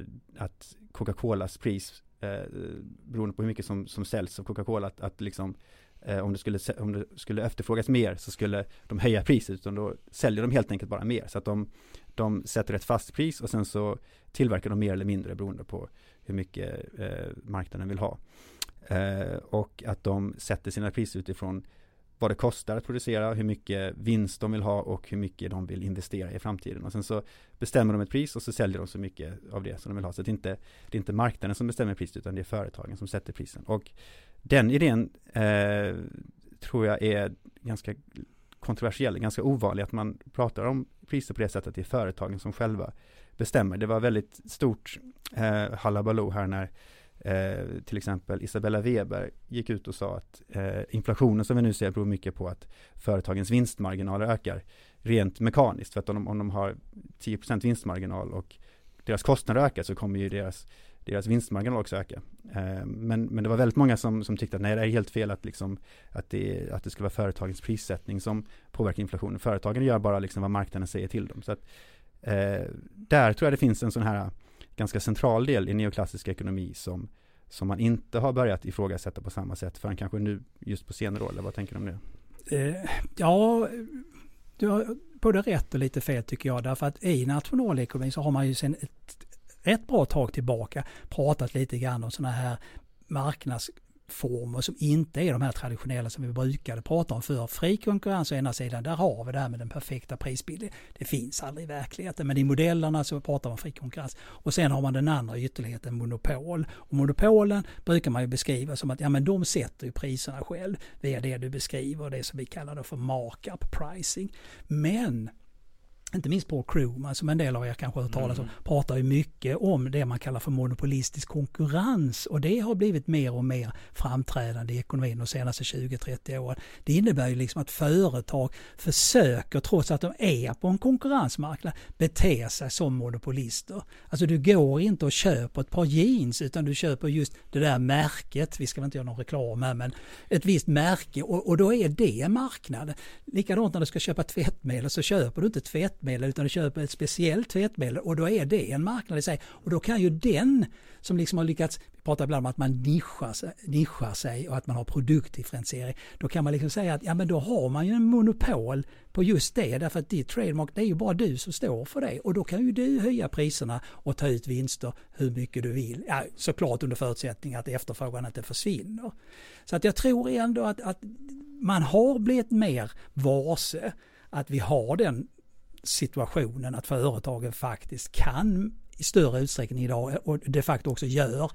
Coca-Colas pris, beroende på hur mycket som säljs av Coca-Cola, att liksom om det skulle efterfrågas mer så skulle de höja priset, utan då säljer de helt enkelt bara mer. Så att de sätter ett fast pris och sen så tillverkar de mer eller mindre beroende på hur mycket marknaden vill ha. Och att de sätter sina priser utifrån vad det kostar att producera, hur mycket vinst de vill ha och hur mycket de vill investera i framtiden. Och sen så bestämmer de ett pris och så säljer de så mycket av det som de vill ha. Så det är inte marknaden som bestämmer priset, utan det är företagen som sätter prisen. Och den idén tror jag är ganska kontroversiell, ganska ovanlig, att man pratar om priser på det sättet att det är företagen som själva bestämmer. Det var väldigt stort hallabaloo här när till exempel Isabella Weber gick ut och sa att inflationen som vi nu ser beror mycket på att företagens vinstmarginaler ökar rent mekaniskt, för att om de har 10% vinstmarginal och deras kostnader ökar, så kommer ju deras vinstmarginal också öka. Men det var väldigt många som tyckte att nej, det är helt fel att det ska vara företagens prissättning som påverkar inflationen. Företagen gör bara liksom vad marknaden säger till dem. Så att där tror jag det finns en sån här ganska central del i neoklassisk ekonomi som man inte har börjat ifrågasätta på samma sätt förrän kanske nu just på senare år. Eller vad tänker du om det? Ja, du har både rätt och lite fel tycker jag. Därför att i nationalekonomin så har man ju sedan ett rätt bra tag tillbaka pratat lite grann om sådana här marknadsformer som inte är de här traditionella som vi brukade prata om för. Fri konkurrens å ena sidan, där har vi det här med den perfekta prisbilden. Det finns aldrig i verkligheten, men i modellerna så pratar man fri konkurrens. Och sen har man den andra ytterligheten, monopol. Och monopolen brukar man ju beskriva som att ja, men de sätter ju priserna själv via det du beskriver, det som vi kallar då för markup pricing. Men inte minst Paul Krugman, som en del av er kanske har hört talas om, pratar ju mycket om det man kallar för monopolistisk konkurrens, och det har blivit mer och mer framträdande i ekonomin de senaste 20-30 åren. Det innebär ju liksom att företag försöker, trots att de är på en konkurrensmarknad, bete sig som monopolister. Alltså du går inte och köper ett par jeans, utan du köper just det där märket, vi ska väl inte göra någon reklam här, men ett visst märke, och då är det en marknad. Likadant när du ska köpa tvättmedel, så köper du inte tvättmedel utan du köper ett speciellt tvättmedel, och då är det en marknad i sig. Och då kan ju den som liksom har lyckats, vi pratar ibland om att man nischar sig och att man har produktdifferentiering, då kan man liksom säga att ja, men då har man ju en monopol på just det, därför att ditt trademark, det är ju bara du som står för det, och då kan ju du höja priserna och ta ut vinster hur mycket du vill. Ja, såklart under förutsättning att efterfrågan inte försvinner. Så att jag tror ändå att man har blivit mer varse att vi har den situationen att företagen faktiskt kan i större utsträckning idag, och de facto också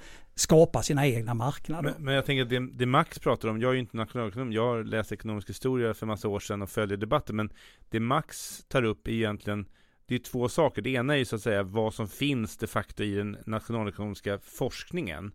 skapa sina egna marknader. Men jag tänker att det Max pratar om, jag är ju inte nationalekonom, jag har läst ekonomisk historia för massa år sedan och följer debatten, men det Max tar upp är egentligen, det är två saker. Det ena är ju så att säga vad som finns de facto i den nationalekonomiska forskningen.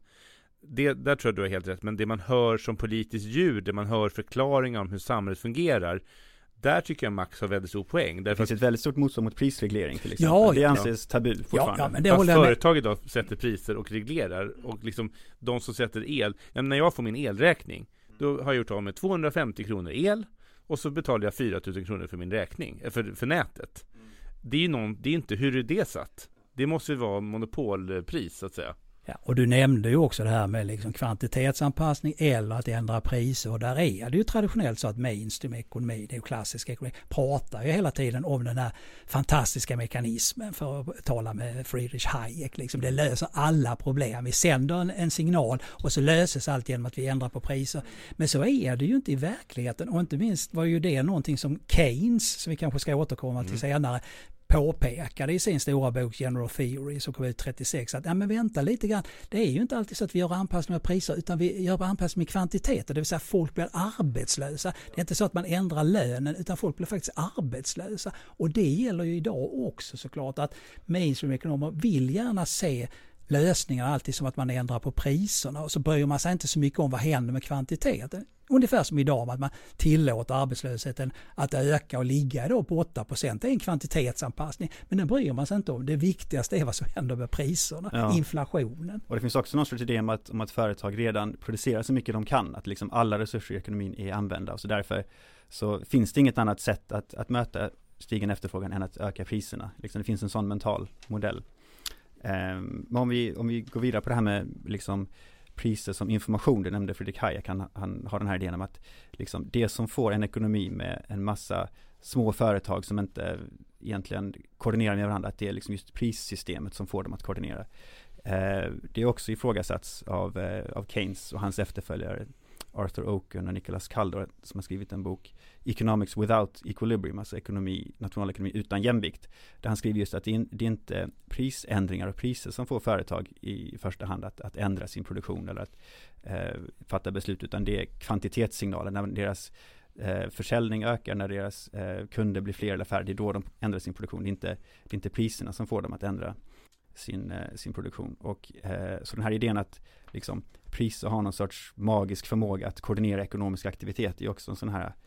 Där tror jag du har helt rätt, men det man hör som politiskt ljud, det man hör förklaringar om hur samhället fungerar, där tycker jag Max har väldigt stor poäng. Det finns ett väldigt stort motstånd mot prisreglering till exempel. Ja, det anses tabu fortfarande. Ja, men det håller jag med. Företag idag sätter priser och reglerar, och liksom de som sätter el. När jag får min elräkning, då har jag gjort av med 250 kronor el, och så betalar jag 4 000 kronor för min räkning, för nätet. Det är inte hur är det satt. Det måste ju vara monopolpris så att säga. Ja, och du nämnde ju också det här med liksom kvantitetsanpassning eller att ändra priser. Och där är det ju traditionellt så att mainstream-ekonomi, det är ju klassisk ekonomi, pratar ju hela tiden om den här fantastiska mekanismen, för att tala med Friedrich Hayek. Liksom. Det löser alla problem. Vi sänder en signal och så löses allt genom att vi ändrar på priser. Men så är det ju inte i verkligheten. Och inte minst var ju det någonting som Keynes, som vi kanske ska återkomma till senare, påpekade i sin stora bok General Theory som kom ut 36 att men vänta lite grann, det är ju inte alltid så att vi gör anpassning med priser utan vi gör anpassning med kvantiteter, det vill säga folk blir arbetslösa. Det är inte så att man ändrar lönen utan folk blir faktiskt arbetslösa, och det gäller ju idag också såklart, att mainstream-ekonomer vill gärna se lösningar alltid som att man ändrar på priserna, och så bryr man sig inte så mycket om vad händer med kvantiteten. Ungefär som idag, att man tillåter arbetslösheten att öka och ligga idag på 8%. Det är en kvantitetsanpassning, men den bryr man sig inte om. Det viktigaste är vad som händer med priserna, inflationen. Och det finns också någon sorts idé om att företag redan producerar så mycket de kan, att liksom alla resurser i ekonomin är använda. Och så därför så finns det inget annat sätt att möta stigande efterfrågan än att öka priserna. Liksom det finns en sån mental modell. Men om vi går vidare på det här med liksom priser som information, det nämnde Friedrich Hayek, han har den här idén om att liksom det som får en ekonomi med en massa små företag som inte egentligen koordinerar med varandra, att det är liksom just prissystemet som får dem att koordinera. Det är också ifrågasatts av Keynes och hans efterföljare Arthur Oken och Nicholas Kaldor, som har skrivit en bok Economics Without Equilibrium, alltså nationalekonomi utan jämvikt, där han skriver just att det är inte prisändringar och priser som får företag i första hand att ändra sin produktion eller att fatta beslut, utan det är kvantitetssignaler. När deras försäljning ökar, när deras kunder blir fler eller färre, det är då de ändrar sin produktion. Det är inte priserna som får dem att ändra sin produktion. Och så den här idén att liksom priser har någon sorts magisk förmåga att koordinera ekonomisk aktivitet är också en sån här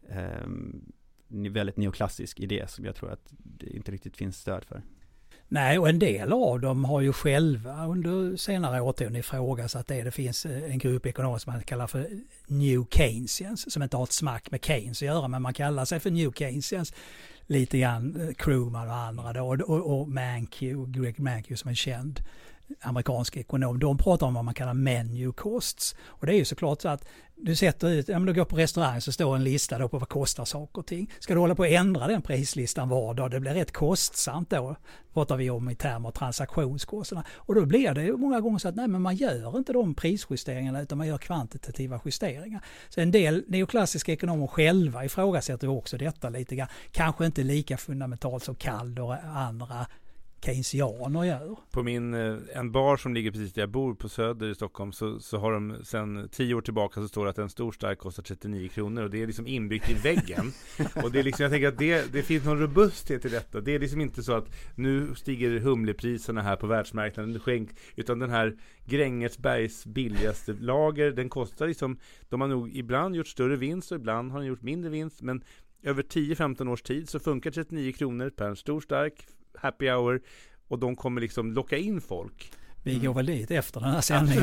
väldigt neoklassisk idé som jag tror att det inte riktigt finns stöd för. Nej, och en del av dem har ju själva under senare årtionden ifrågasatt det. Det finns en grupp ekonomer som man kallar för New Keynesians, som inte har ett smack med Keynes att göra, men man kallar sig för New Keynesians. Lite grann Krugman och andra då, och Greg Mankiw som är känd amerikansk ekonom, de pratar om vad man kallar menu costs. Och det är ju såklart så att du sätter ut, du går på restaurang så står en lista då på vad kostar saker och ting. Ska du hålla på att ändra den prislistan var dag, det blir rätt kostsamt då. Pratar vi om i termer av transaktionskostnaderna. Och då blir det många gånger så att nej, men man gör inte de prisjusteringarna utan man gör kvantitativa justeringar. Så en del neoklassiska ekonomer själva ifrågasätter också detta lite grann. Kanske inte lika fundamentalt som Kaldor och andra keynesianer gör. På en bar som ligger precis där jag bor på Söder i Stockholm så har de sedan 10 år tillbaka så står det att en stor stark kostar 39 kronor och det är liksom inbyggt i väggen. Och det är liksom, jag tänker att det finns någon robusthet i detta. Det är liksom inte så att nu stiger humlepriserna här på världsmarknaden utan den här Grängesbergs billigaste lager, den kostar liksom, de har nog ibland gjort större vinst och ibland har de gjort mindre vinst, men över 10-15 års tid så funkar 39 kronor per en stor stark happy hour och de kommer liksom locka in folk. Vi går väl dit efter den här sändningen.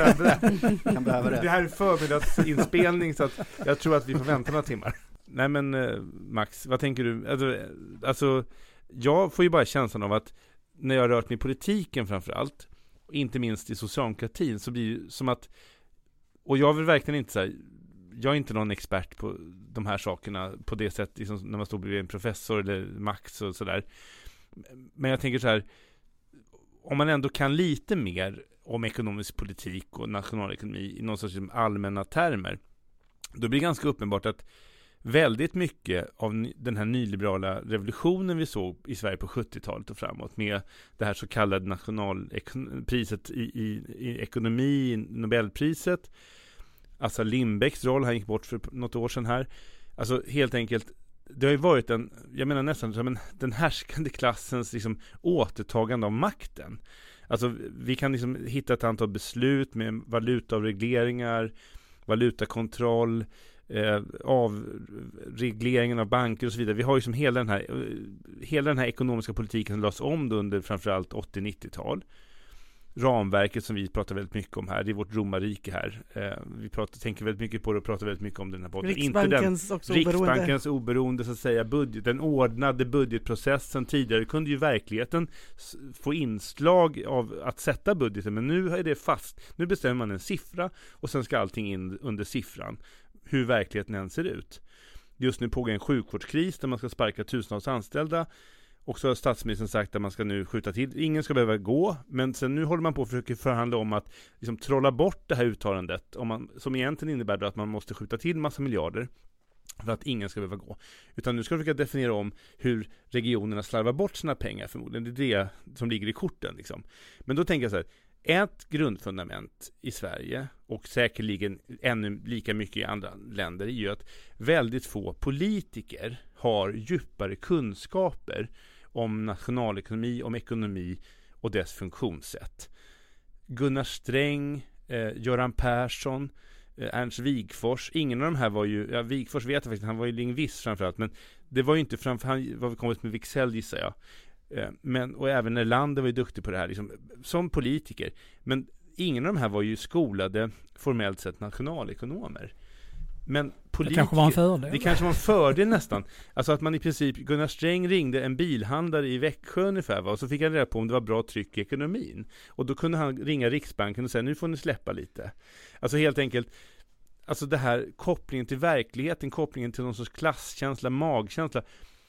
Det här är förmiddagsinspelning så att jag tror att vi får vänta några timmar. Nej men Max, vad tänker du? Alltså jag får ju bara känslan av att när jag har rört mig i politiken framförallt, och inte minst i socialdemokratin, så blir det som att, och jag vill verkligen inte säga, jag är inte någon expert på de här sakerna på det sättet liksom, när man står bredvid en professor eller Max och sådär. Men jag tänker så här, om man ändå kan lite mer om ekonomisk politik och nationalekonomi i någon sorts allmänna termer, då blir det ganska uppenbart att väldigt mycket av den här nyliberala revolutionen vi såg i Sverige på 70-talet och framåt med det här så kallade nationalpriset i ekonomi, Nobelpriset, alltså Lindbecks roll, han gick bort för något år sedan här, alltså helt enkelt det har ju varit nästan som den härskande klassens liksom återtagande av makten. Alltså vi kan liksom hitta ett antal beslut med valutaavregleringar, valutakontroll, avregleringen av banker och så vidare. Vi har ju som hela den här ekonomiska politiken som lades om under framförallt 80-90-tal. ramverket som vi pratar väldigt mycket om här. Det är vårt romarrike här. Tänker väldigt mycket på det och pratar väldigt mycket om den här podden. Riksbankens oberoende så att säga, den ordnade budgetprocessen. Tidigare kunde ju verkligheten få inslag av att sätta budgeten, men nu är det fast. Nu bestämmer man en siffra och sen ska allting in under siffran. Hur verkligheten än ser ut. Just nu pågår en sjukvårdskris där man ska sparka tusentals anställda. Och så har statsministern sagt att man ska nu skjuta till. Ingen ska behöva gå, men sen nu håller man på att försöka förhandla om att liksom trolla bort det här uttalandet som egentligen innebär att man måste skjuta till massa miljarder för att ingen ska behöva gå. Utan nu ska de försöka definiera om hur regionerna slarvar bort sina pengar förmodligen. Det är det som ligger i korten liksom. Men då tänker jag så här, ett grundfundament i Sverige och säkerligen ännu lika mycket i andra länder är ju att väldigt få politiker har djupare kunskaper om nationalekonomi, om ekonomi och dess funktionssätt. Gunnar Sträng, Göran Persson, Ernst Wigforss, ingen av de här var ju, Wigforss vet jag faktiskt, han var ju lingvist framförallt, men det var ju inte han var kommit med Wicksell gissar jag. Och även Erlander var ju duktig på det här liksom, som politiker. Men ingen av de här var ju skolade formellt sett nationalekonomer. Men det kanske var en fördel. Det kanske var en fördel nästan. Alltså att man i princip, Gunnar Sträng ringde en bilhandlare i Växjö ungefär, och så fick han reda på om det var bra tryck i ekonomin. Och då kunde han ringa Riksbanken och säga, nu får ni släppa lite. Alltså helt enkelt, alltså det här kopplingen till verkligheten, kopplingen till någon sorts klasskänsla, magkänsla.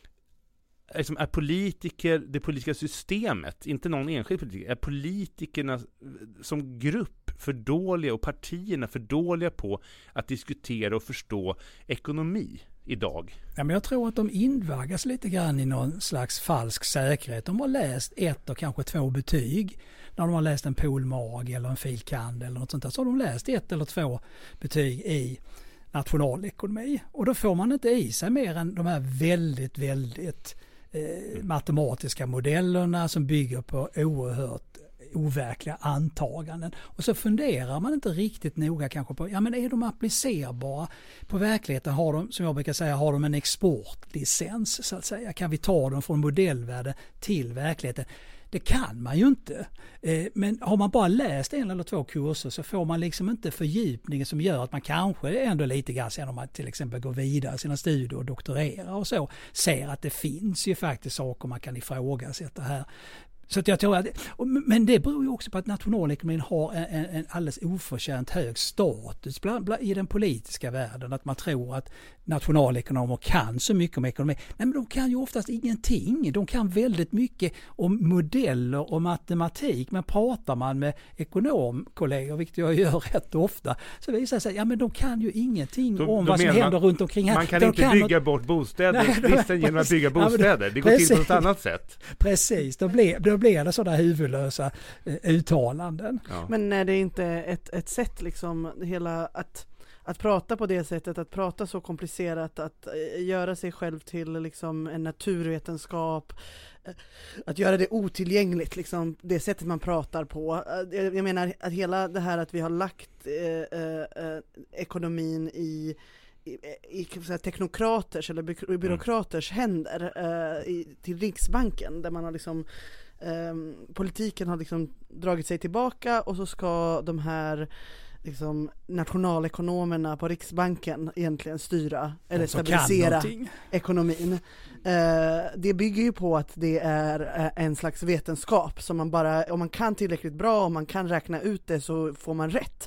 Är politiker, det politiska systemet, inte någon enskild politiker, är politikerna som grupp för dåliga och partierna för dåliga på att diskutera och förstå ekonomi idag? Ja, men jag tror att de invaggas lite grann i någon slags falsk säkerhet. De har läst 1 och kanske 2 betyg. När de har läst en polmag eller en filkand eller något sånt där, så har de läst 1 eller 2 betyg i nationalekonomi. Och då får man inte i sig mer än de här väldigt matematiska modellerna som bygger på oerhört overkliga antaganden. Och så funderar man inte riktigt noga kanske på, ja men är de applicerbara på verkligheten? Har de, som jag brukar säga, har de en exportlicens så att säga? Kan vi ta dem från modellvärde till verkligheten? Det kan man ju inte. Men har man bara läst 1 eller 2 kurser så får man liksom inte fördjupningen som gör att man kanske ändå lite grann sen om man till exempel går vidare i sina studier och doktorerar och så, ser att det finns ju faktiskt saker man kan ifrågasätta här. Så att jag tror att, men det beror ju också på att nationalekonomin har en alldeles oförtjänt hög status i den politiska världen. Att man tror att nationalekonomer kan så mycket om ekonomi. Nej, men de kan ju oftast ingenting. De kan väldigt mycket om modeller och matematik. Men pratar man med ekonomkollegor, vilket jag gör rätt ofta, så visar det sig att de kan ju ingenting om vad som händer runt omkring här. Man kan inte bygga bort bostäder genom att bygga bostäder. Det går till på ett annat sätt. Precis, då blir det sådana huvudlösa uttalanden. Ja. Men är det inte ett sätt liksom hela att prata på det sättet, att prata så komplicerat, att göra sig själv till liksom en naturvetenskap, att göra det otillgängligt, liksom det sättet man pratar på. Jag menar att hela det här att vi har lagt ekonomin i teknokraters eller byråkraters händer till Riksbanken, där man har liksom politiken har liksom dragit sig tillbaka, och så ska de här liksom nationalekonomerna på Riksbanken egentligen styra eller stabilisera ekonomin. Det bygger ju på att det är en slags vetenskap som man bara, om man kan tillräckligt bra, om man kan räkna ut det, så får man rätt.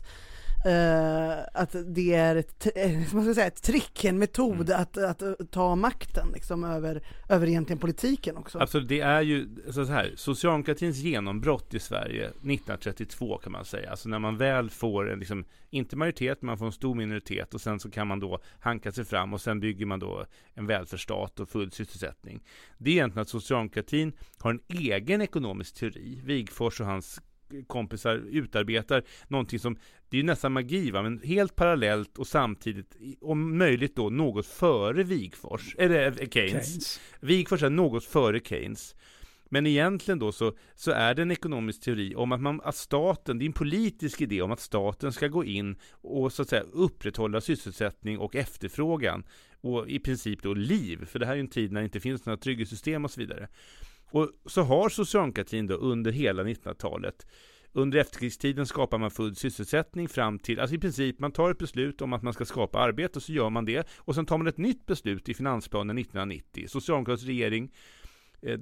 Att det är ett trick, en metod att ta makten liksom över egentligen politiken också. Absolut, det är ju så här, socialdemokratins genombrott i Sverige 1932 kan man säga. Alltså när man väl får en liksom, inte majoritet, man får en stor minoritet, och sen så kan man då hanka sig fram, och sen bygger man då en välfärdsstat och full sysselsättning. Det är egentligen att socialdemokratin har en egen ekonomisk teori. Wigforss och hans kompisar utarbetar någonting som, det är ju nästan magi va, men helt parallellt och samtidigt om möjligt då något före Wigforss, eller Keynes. Wigforss är något före Keynes. Men egentligen då så är det en ekonomisk teori om att staten, det är en politisk idé om att staten ska gå in och så att säga upprätthålla sysselsättning och efterfrågan och i princip då liv, för det här är en tid när det inte finns några trygghetssystem och så vidare. Och så har socialdemokratin då under hela 1900-talet Under efterkrigstiden skapar man full sysselsättning fram till, alltså i princip man tar ett beslut om att man ska skapa arbete och så gör man det. Och sen tar man ett nytt beslut i finansplanen 1990. Socialdemokratisk regering, det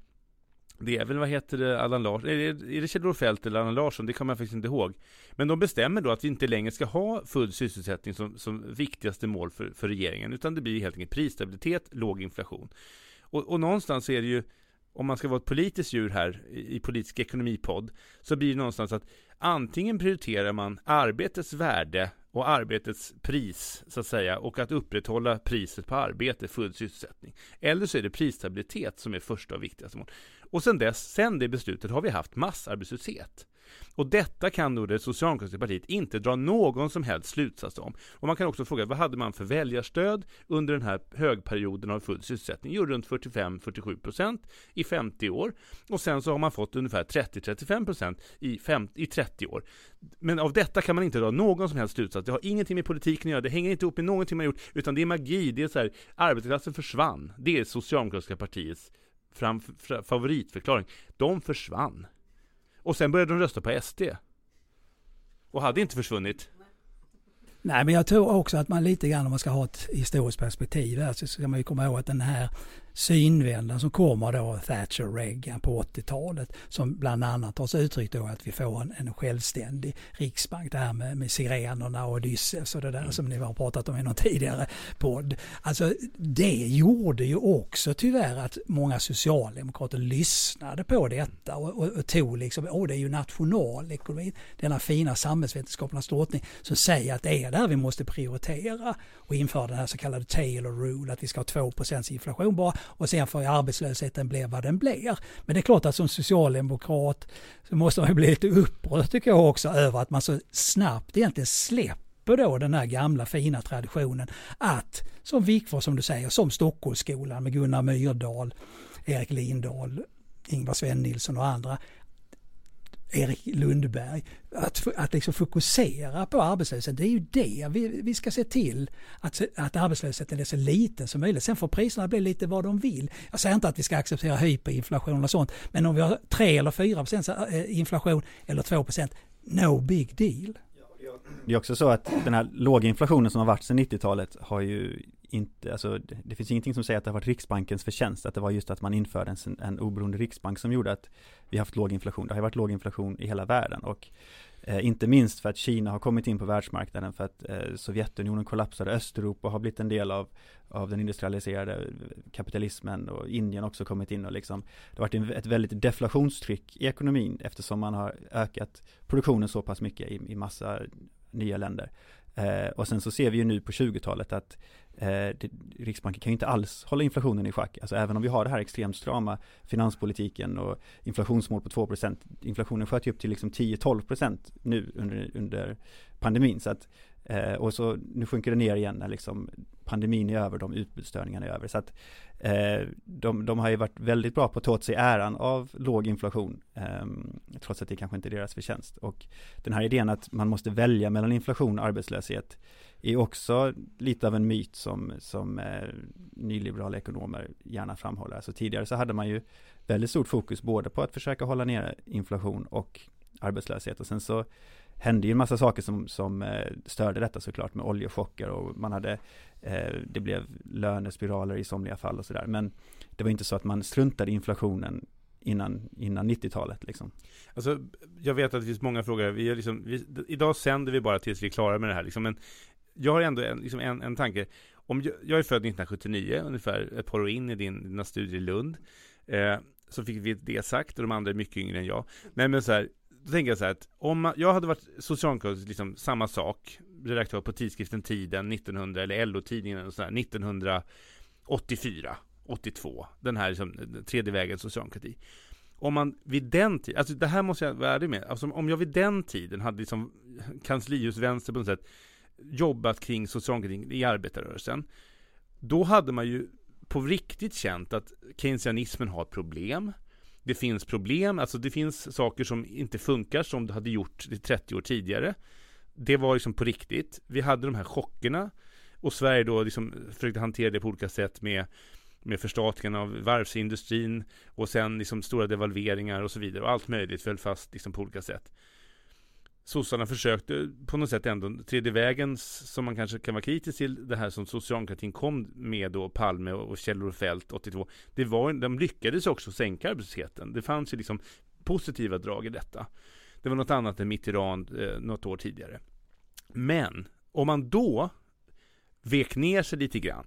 är väl vad heter det, Allan Larsson, är det Kjell-Olof Feldt eller Allan Larsson, det kan man faktiskt inte ihåg. Men de bestämmer då att vi inte längre ska ha full sysselsättning som viktigaste mål för regeringen, utan det blir helt enkelt prisstabilitet, låg inflation. Och någonstans är det ju, om man ska vara ett politiskt djur här i politisk ekonomipodd, så blir det någonstans att antingen prioriterar man arbetets värde och arbetets pris så att säga, och att upprätthålla priset på arbete, full sysselsättning. Eller så är det prisstabilitet som är första och viktigaste mål. Och sen det beslutet har vi haft massarbetslöshet. Och detta kan då det socialdemokratiska partiet inte dra någon som helst slutsats om. Och man kan också fråga, vad hade man för väljarstöd under den här högperioden av full sysselsättning? Jo, runt 45-47% i 50 år. Och sen så har man fått ungefär 30-35% i 30 år. Men av detta kan man inte dra någon som helst slutsats. Det har ingenting med politiken att göra, det hänger inte ihop med någonting man gjort, utan det är magi, det är så här, arbetarklassen försvann. Det är socialdemokratiska partiets favoritförklaring. De försvann. Och sen började de rösta på SD. Och hade inte försvunnit. Nej, men jag tror också att man lite grann, om man ska ha ett historiskt perspektiv här, så ska man ju komma ihåg att den här synvändan som kommer då, Thatcher Reagan på 80-talet, som bland annat har så uttryckt då att vi får en självständig riksbank, det här med sirenerna och Odysseus och det där som ni har pratat om i någon tidigare podd. Alltså det gjorde ju också tyvärr att många socialdemokrater lyssnade på detta och tog liksom, det är ju nationalekonomi, denna fina samhällsvetenskapernas drottning som säger att det är där vi måste prioritera och införa den här så kallade Taylor Rule, att vi ska ha 2% inflation bara, och sen får arbetslösheten bli vad den blir. Men det är klart att som socialdemokrat så måste man ju bli lite upprörd, tycker jag också, över att man så snabbt egentligen släpper då den här gamla fina traditionen att, som Wikforss som du säger, som Stockholmsskolan med Gunnar Myrdal, Erik Lindahl, Ingvar Sven Nilsson och andra, Erik Lundberg, att liksom fokusera på arbetslösheten. Det är ju det vi ska se till, att arbetslösheten är så liten som möjligt. Sen får priserna bli lite vad de vill. Jag säger inte att vi ska acceptera hyperinflation och sånt, men om vi har 3 eller 4% inflation eller 2%, no big deal. Det är också så att den här låga inflationen som har varit sedan 90-talet har ju inte, alltså det finns ingenting som säger att det har varit Riksbankens förtjänst, att det var just att man införde en oberoende riksbank som gjorde att vi har haft låg inflation. Det har varit låg inflation i hela världen, och inte minst för att Kina har kommit in på världsmarknaden, för att Sovjetunionen kollapsade, Östeuropa har blivit en del av den industrialiserade kapitalismen, och Indien också kommit in, och liksom, det har varit ett väldigt deflationstryck i ekonomin eftersom man har ökat produktionen så pass mycket i massa nya länder. Och sen så ser vi ju nu på 20-talet att Riksbanken kan ju inte alls hålla inflationen i schack. Alltså även om vi har det här extremt strama finanspolitiken och inflationsmål på 2%, inflationen sköt ju upp till liksom 10-12% nu under pandemin. Så att, och så nu sjunker det ner igen när liksom pandemin är över, de utbudsstörningarna är över. Så att de har ju varit väldigt bra på att ta åt sig äran av låg inflation, trots att det kanske inte är deras förtjänst. Och den här idén att man måste välja mellan inflation och arbetslöshet är också lite av en myt som nyliberala ekonomer gärna framhåller. Alltså tidigare så hade man ju väldigt stort fokus både på att försöka hålla ner inflation och arbetslöshet, och sen så hände ju en massa saker som störde detta såklart, med oljechocker, och man hade det blev lönespiraler i somliga fall och sådär. Men det var inte så att man struntade i inflationen innan 90-talet liksom. Alltså, jag vet att det finns många frågor. Idag sänder vi bara tills vi är klara med det här liksom, men jag har ändå en tanke. Jag är född 1979, ungefär ett par år in i dina studier i Lund. Så fick vi det sagt, och de andra är mycket yngre än jag. Men så här, då tänker jag så här, att om jag hade varit socialdemokratisk, liksom samma sak, redaktör på tidskriften Tiden 1900, eller LO-tidningen 1984, 82, den här liksom, tredje vägens socialdemokrati. Om man vid den tiden, alltså det här måste jag vara ärlig med, alltså om jag vid den tiden hade liksom kanslihusvänster på något sätt jobbat kring socialdemokratin i arbetarrörelsen, då hade man ju på riktigt känt att keynesianismen har problem. Det finns problem, alltså det finns saker som inte funkar som det hade gjort 30 år tidigare. Det var liksom på riktigt. Vi hade de här chockerna, och Sverige då liksom försökte hantera det på olika sätt med med förstatligande av varvsindustrin och sen liksom stora devalveringar och så vidare. Och allt möjligt föll fast liksom på olika sätt. Sossarna försökte på något sätt ändå, tredje vägens, som man kanske kan vara kritisk till, det här som socialdemokratin kom med då, Palme och Kjell-Olof Feldt 82, de lyckades också sänka arbetslösheten. Det fanns ju liksom positiva drag i detta. Det var något annat än Mitterrand något år tidigare. Men om man då vek ner sig lite grann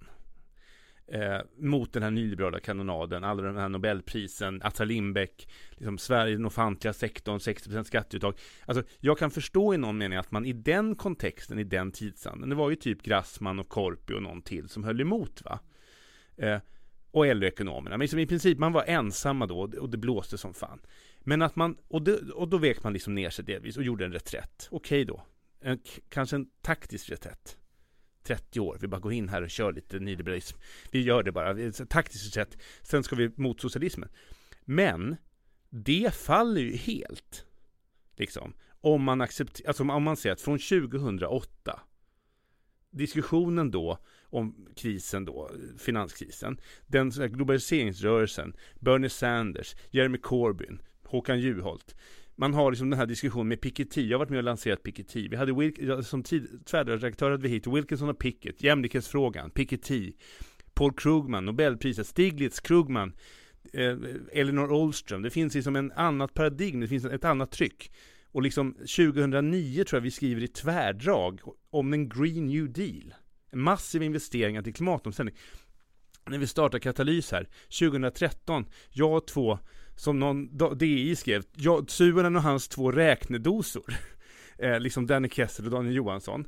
mot den här nyliberala kanonaden, alla de här Nobelprisen, Assar Lindbeck, liksom Sverige, den offentliga sektorn, 60% skatteuttag. Alltså, jag kan förstå i någon mening att man i den kontexten, i den tidsandan, det var ju typ Grassman och Korpi och någon till som höll emot, va? Och LO-ekonomerna. Men liksom i princip, man var ensamma då och det blåste som fan. Men att man, och då vek man liksom ner sig delvis och gjorde en reträtt. Okej då. Kanske en taktisk reträtt. 30 år, vi bara går in här och kör lite nyliberalism. Vi gör det bara, taktiskt sett. Sen ska vi mot socialismen. Men det faller ju helt. Liksom. Om man accepterar, alltså om man säger att från 2008, diskussionen då om krisen då, finanskrisen, den globaliseringsrörelsen, Bernie Sanders, Jeremy Corbyn, Håkan Juholt. Man har liksom den här diskussionen med Piketty. Jag har varit med och lanserat Piketty. Vi hade som tvärredaktör hade vi hit Wilkinson och Pickett, jämlikhetsfrågan, Piketty, Paul Krugman, Nobelpriset, Stiglitz, Krugman, Elinor Ostrom. Det finns liksom en annat paradigm, det finns ett annat tryck. Och liksom 2009 tror jag vi skriver i tvärdrag om en Green New Deal. En massiv investeringar till klimatomställning. När vi startar Katalys här, 2013, jag och två, som någon DI skrev, Suonen och hans 2 räknedosor, liksom Danny Kessel och Daniel Johansson,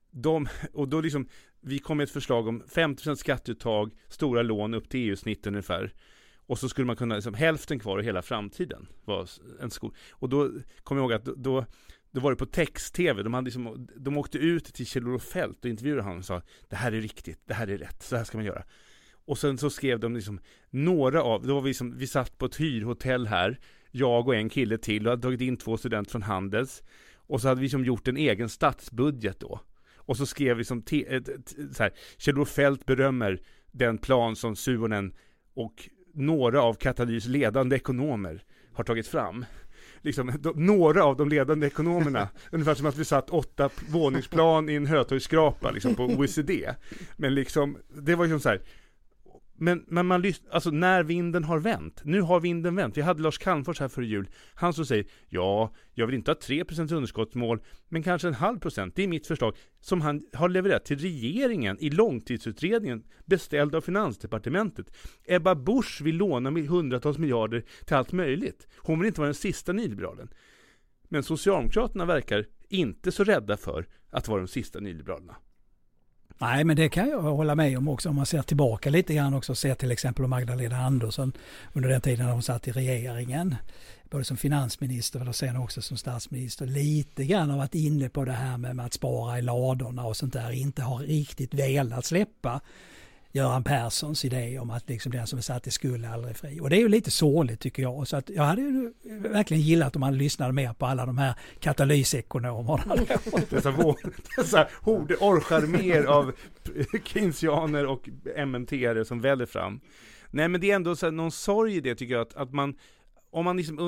och då liksom, vi kom med ett förslag om 50% skatteuttag, stora lån upp till EU-snitten ungefär, och så skulle man kunna, liksom, hälften kvar i hela framtiden var en skol. Och då kom jag ihåg att då var det på text-tv, de åkte ut till Kjell-Olof Feldt och intervjuade honom och sa, det här är riktigt, det här är rätt, så här ska man göra. Och sen så skrev de liksom några av, då var vi satt på ett hyrhotell här, jag och en kille till, och hade tagit in 2 studenter från Handels, och så hade vi liksom gjort en egen statsbudget då. Och så skrev vi liksom så här, Kjell-Olof Feldt berömmer den plan som Suonen och några av Katalys ledande ekonomer har tagit fram. Liksom, några av de ledande ekonomerna, ungefär som att vi satt 8 våningsplan i en Hötorgsskrapa liksom, på OECD. Men liksom, det var ju så här. Men man alltså när vinden har vänt. Nu har vinden vänt. Vi hade Lars Calmfors här före jul. Han som säger, ja, jag vill inte ha 3% underskottsmål, men kanske 0,5%. Det är mitt förslag som han har levererat till regeringen i långtidsutredningen beställd av Finansdepartementet. Ebba Busch vill låna med hundratals miljarder till allt möjligt. Hon vill inte vara den sista nyliberalen. Men Socialdemokraterna verkar inte så rädda för att vara de sista nyliberalerna. Nej, men det kan jag hålla med om också, om man ser tillbaka lite grann också, ser till exempel Magdalena Andersson under den tiden när hon satt i regeringen, både som finansminister och sen också som statsminister, lite grann har varit inne på det här med att spara i ladorna och sånt där, inte har riktigt velat släppa Göran Perssons idé om att liksom den som är satt i skuld är aldrig fri. Och det är ju lite sorgligt tycker jag. Så att jag hade ju verkligen gillat om man lyssnade mer på alla de här katalysekonomerna. Dessa orskar mer av keynesianer och MNT:are som väller fram. Nej, men det är ändå så här, någon sorg i det tycker jag, att man, om man liksom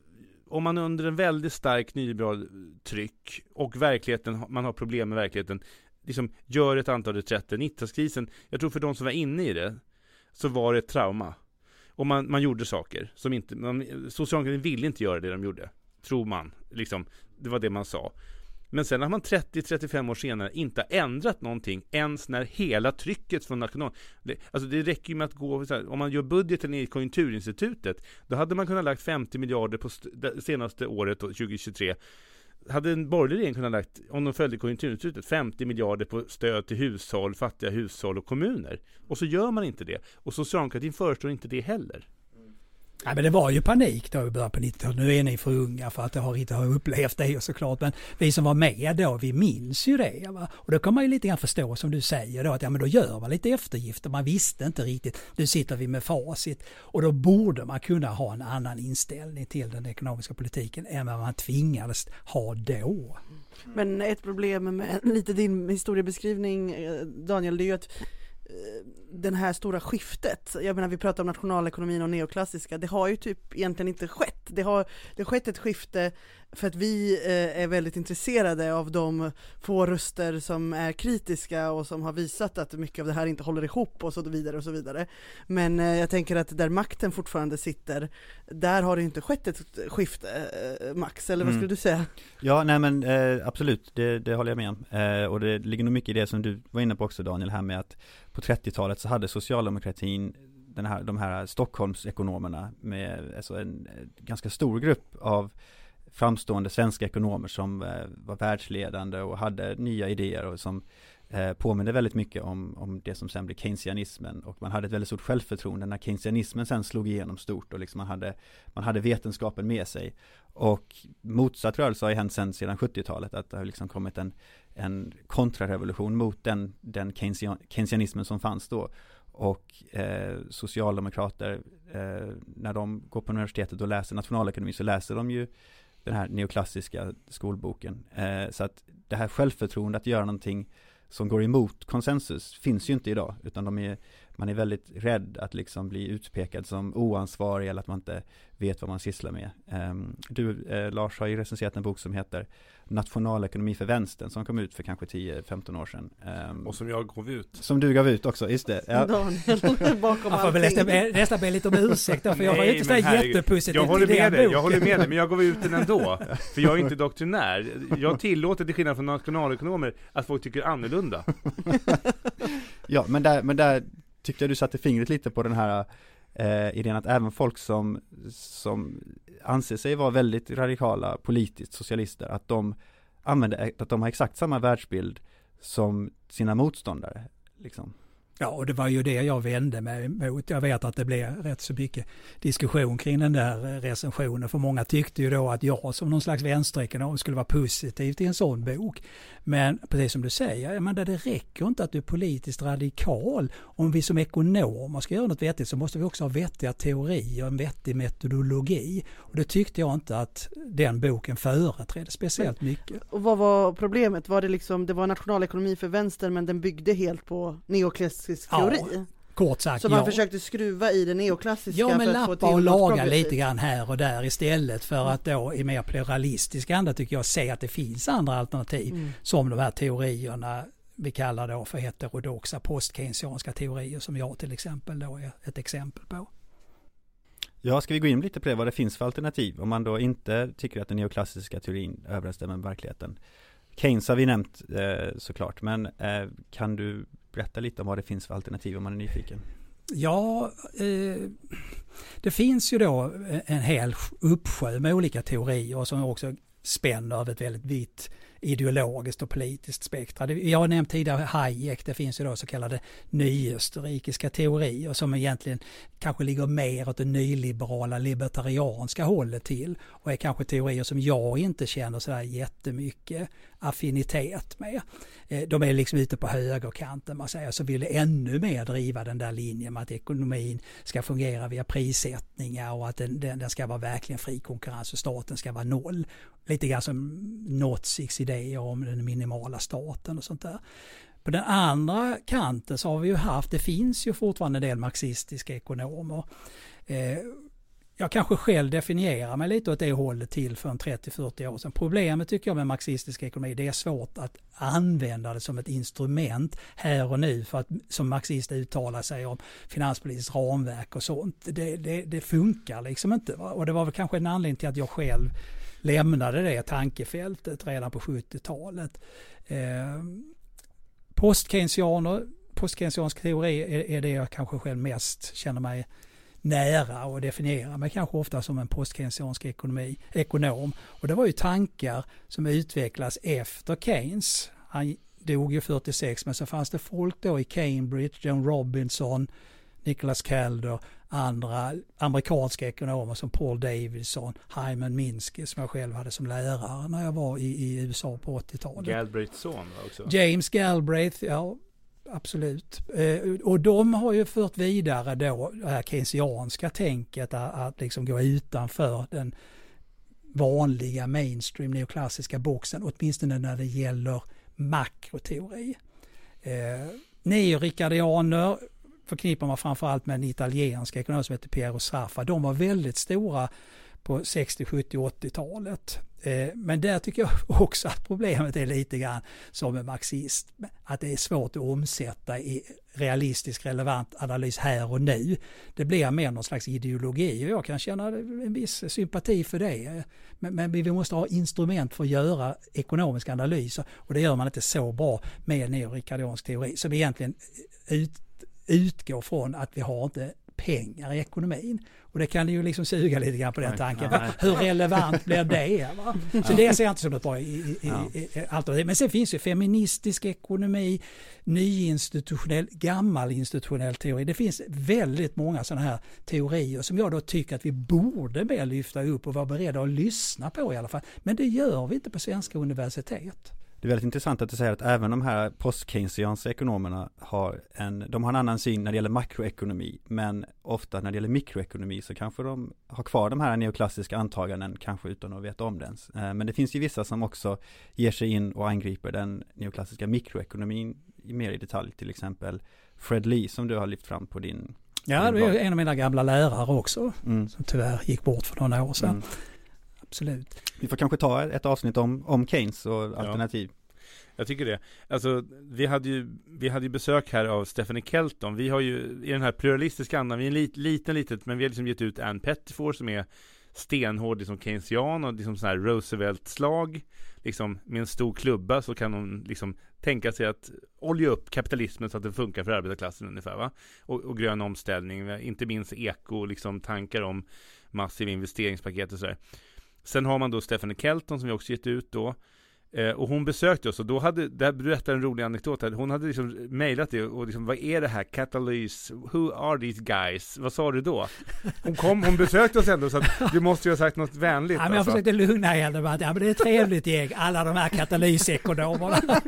under en väldigt stark nyliberal tryck och verkligheten, man har problem med verkligheten, liksom gör ett antal reträtter. 90-talskrisen, jag tror för de som var inne i det så var det ett trauma. Och man gjorde saker som inte, socialdemokratin ville inte göra det de gjorde, tror man. Liksom, det var det man sa. Men sen har man 30-35 år senare inte ändrat någonting ens när hela trycket från national... Alltså det räcker ju med att gå... Om man gör budgeten i Konjunkturinstitutet, då hade man kunnat lagt 50 miljarder på det senaste året, 2023. Hade en borgerlig regering kunnat lagt, om de följde Konjunkturinstitutet, 50 miljarder på stöd till hushåll, fattiga hushåll och kommuner. Och så gör man inte det. Och socialdemokratin föreslår inte det heller. Ja, men det var ju panik då i början på 90-talet. Nu är ni för unga för att det inte har upplevt det såklart. Men vi som var med då, vi minns ju det. Va? Och då kan man ju lite grann förstå som du säger då, att ja, men då gör man lite eftergifter. Man visste inte riktigt. Nu sitter vi med facit. Och då borde man kunna ha en annan inställning till den ekonomiska politiken än vad man tvingades ha då. Men ett problem med lite din historiebeskrivning, Daniel, det är ju att den här stora skiftet. Jag menar, vi pratar om nationalekonomin och neoklassiska. Det har ju typ egentligen inte skett. Det har skett ett skifte för att vi är väldigt intresserade av de få röster som är kritiska och som har visat att mycket av det här inte håller ihop och så vidare och så vidare. Men jag tänker att där makten fortfarande sitter, där har det inte skett ett skifte, Max, eller vad skulle du säga? Ja, nej men absolut, det håller jag med om. Och det ligger nog mycket i det som du var inne på också, Daniel, här med att på 30-talet så hade socialdemokratin de här Stockholmsekonomerna med alltså en ganska stor grupp av framstående svenska ekonomer som var världsledande och hade nya idéer och som påminner väldigt mycket om det som sen blev keynesianismen, och man hade ett väldigt stort självförtroende när keynesianismen sen slog igenom stort, och liksom man hade vetenskapen med sig. Och motsatt rörelse har ju hänt sedan 70-talet, att det har liksom kommit en kontrarevolution mot den keynesianismen som fanns då. Och socialdemokrater, när de går på universitetet och läser nationalekonomi, så läser de ju den här neoklassiska skolboken. Så att det här självförtroendet att göra någonting som går emot konsensus finns ju inte idag, utan man är väldigt rädd att liksom bli utpekad som oansvarig eller att man inte vet vad man sysslar med. Du, Lars, har ju recenserat en bok som heter Nationalekonomi för vänstern, som kom ut för kanske 10-15 år sedan. Och som jag gav ut. Som du gav ut också, just det. Ja. Daniel, bakom jag får väl nästan be lite om ursäkt, för jag har ju inte så jättepussigt. Jag håller med dig, men jag gav ut den ändå. För jag är inte doktrinär. Jag tillåter, till skillnad från nationalekonomer, att folk tycker annorlunda. Ja, men där tyckte jag du satte fingret lite på den här idén att även folk som anser sig vara väldigt radikala politiskt socialister, att de har exakt samma världsbild som sina motståndare liksom. Ja, och det var ju det jag vände mig mot. Jag vet att det blev rätt så mycket diskussion kring den där recensionen, för många tyckte ju då att jag som någon slags vänsterekonom skulle vara positiv till en sån bok. Men precis som du säger, men det räcker inte att du är politiskt radikal. Om vi som ekonomer ska göra något vettigt, så måste vi också ha vettiga teorier och en vettig metodologi. Och det tyckte jag inte att den boken företrädde speciellt mycket. Och vad var problemet? Var det liksom, det var nationalekonomi för vänster, men den byggde helt på neoklassisk teori? Ja, kort sagt, så man försökte skruva i det neoklassiska, ja, men för att få lappa till och laga progressivt. lite grann här och där, istället för att då i mer pluralistiska anda tycker jag se att det finns andra alternativ, som de här teorierna vi kallar då för heterodoxa post-keynesianska teorier, som jag till exempel då är ett exempel på. Ja, ska vi gå in lite på det, vad det finns för alternativ om man då inte tycker att den neoklassiska teorin överensstämmer med verkligheten? Keynes har vi nämnt såklart, men kan du berätta lite om vad det finns för alternativ om man är nyfiken? Ja, det finns ju då en hel uppsjö med olika teorier som också spänner över ett väldigt vitt ideologiskt och politiskt spektra. Jag har nämnt tidigare Hayek, det finns ju då så kallade nyösterrikiska teorier som egentligen kanske ligger mer åt det nyliberala libertarianska hållet till, och är kanske teorier som jag inte känner så där jättemycket affinitet med. De är liksom ute på högerkanten, man säger, så vill ännu mer driva den där linjen med att ekonomin ska fungera via prissättningar och att den ska vara verkligen fri konkurrens och staten ska vara noll. Lite grann som Notzigs idéer om den minimala staten och sånt där. På den andra kanten så har vi ju det finns ju fortfarande en del marxistiska ekonomer. Jag kanske själv definierar mig lite åt det hållet till för en 30-40 år sedan. Problemet tycker jag med marxistisk ekonomi, det är svårt att använda det som ett instrument här och nu för att som marxist uttala sig om finanspolitiskt ramverk och sånt. Det funkar liksom inte. Och det var väl kanske en anledning till att jag själv lämnade det tankefältet redan på 70-talet. Post-keynesiansk teori är det jag kanske själv mest känner mig nära och definierar mig kanske ofta som en post-keynesiansk ekonom. Och det var ju tankar som utvecklas efter Keynes. Han dog ju 46, men så fanns det folk då i Cambridge, John Robinson, Nicholas Calder, andra amerikanska ekonomer som Paul Davidson, Hyman Minsky, som jag själv hade som lärare när jag var i USA på 80-talet. Galbraiths son också. James Galbraith, ja, absolut. Och de har ju fört vidare då det här keynesianska tänket att liksom gå utanför den vanliga mainstream neoklassiska boxen, åtminstone när det gäller makroteori. Neoricardianer förknippar man framförallt med en italiensk ekonom som heter Piero Sraffa. De var väldigt stora på 60, 70, 80-talet. Men där tycker jag också att problemet är lite grann som en marxist. Att det är svårt att omsätta i realistisk relevant analys här och nu. Det blir mer någon slags ideologi och jag kan känna en viss sympati för det. Men vi måste ha instrument för att göra ekonomiska analyser och det gör man inte så bra med neoricardiansk teori som egentligen utgår från att vi har inte pengar i ekonomin. Och det kan ju liksom suga lite grann på den tanken. Hur relevant blir det? Va? Så det ser jag inte som något bra i allt. Men sen finns ju feministisk ekonomi, nyinstitutionell, gammal institutionell teori. Det finns väldigt många sådana här teorier som jag då tycker att vi borde mer lyfta upp och vara beredda att lyssna på i alla fall. Men det gör vi inte på svenska universitet. Det är väldigt intressant att du säger att även de här post-keynesianska ekonomerna har en annan syn när det gäller makroekonomi, men ofta när det gäller mikroekonomi så kanske de har kvar de här neoklassiska antaganden, kanske utan att veta om det ens. Men det finns ju vissa som också ger sig in och angriper den neoklassiska mikroekonomin mer i detalj, till exempel Fred Lee som du har lyft fram på din... Ja, det är en av mina gamla lärare också, som tyvärr gick bort för några år sedan. Absolut. Vi får kanske ta ett avsnitt om Keynes och alternativ. Jag tycker det. Alltså, vi hade ju besök här av Stephanie Kelton. Vi har ju i den här pluralistiska andan, vi är litet, men vi har liksom gett ut Ann Pettifor som är stenhård liksom keynesian och liksom sån här Roosevelt-slag. Liksom med en stor klubba så kan hon liksom tänka sig att olja upp kapitalismen så att det funkar för arbetarklassen ungefär, va? Och grön omställning, inte minst eko, liksom tankar om massiv investeringspaket och sådär. Sen har man då Stephanie Kelton som vi också gett ut då. Och hon besökte oss och då där berättade en rolig anekdot här. Hon hade liksom mejlat det och liksom, vad är det här? Catalyst, who are these guys? Vad sa du då? Hon besökte oss ändå så att du måste ju ha sagt något vänligt. Ja, men jag försökte lugna henne med att men det är ett trevligt gäng, alla de här katalysekonomerna.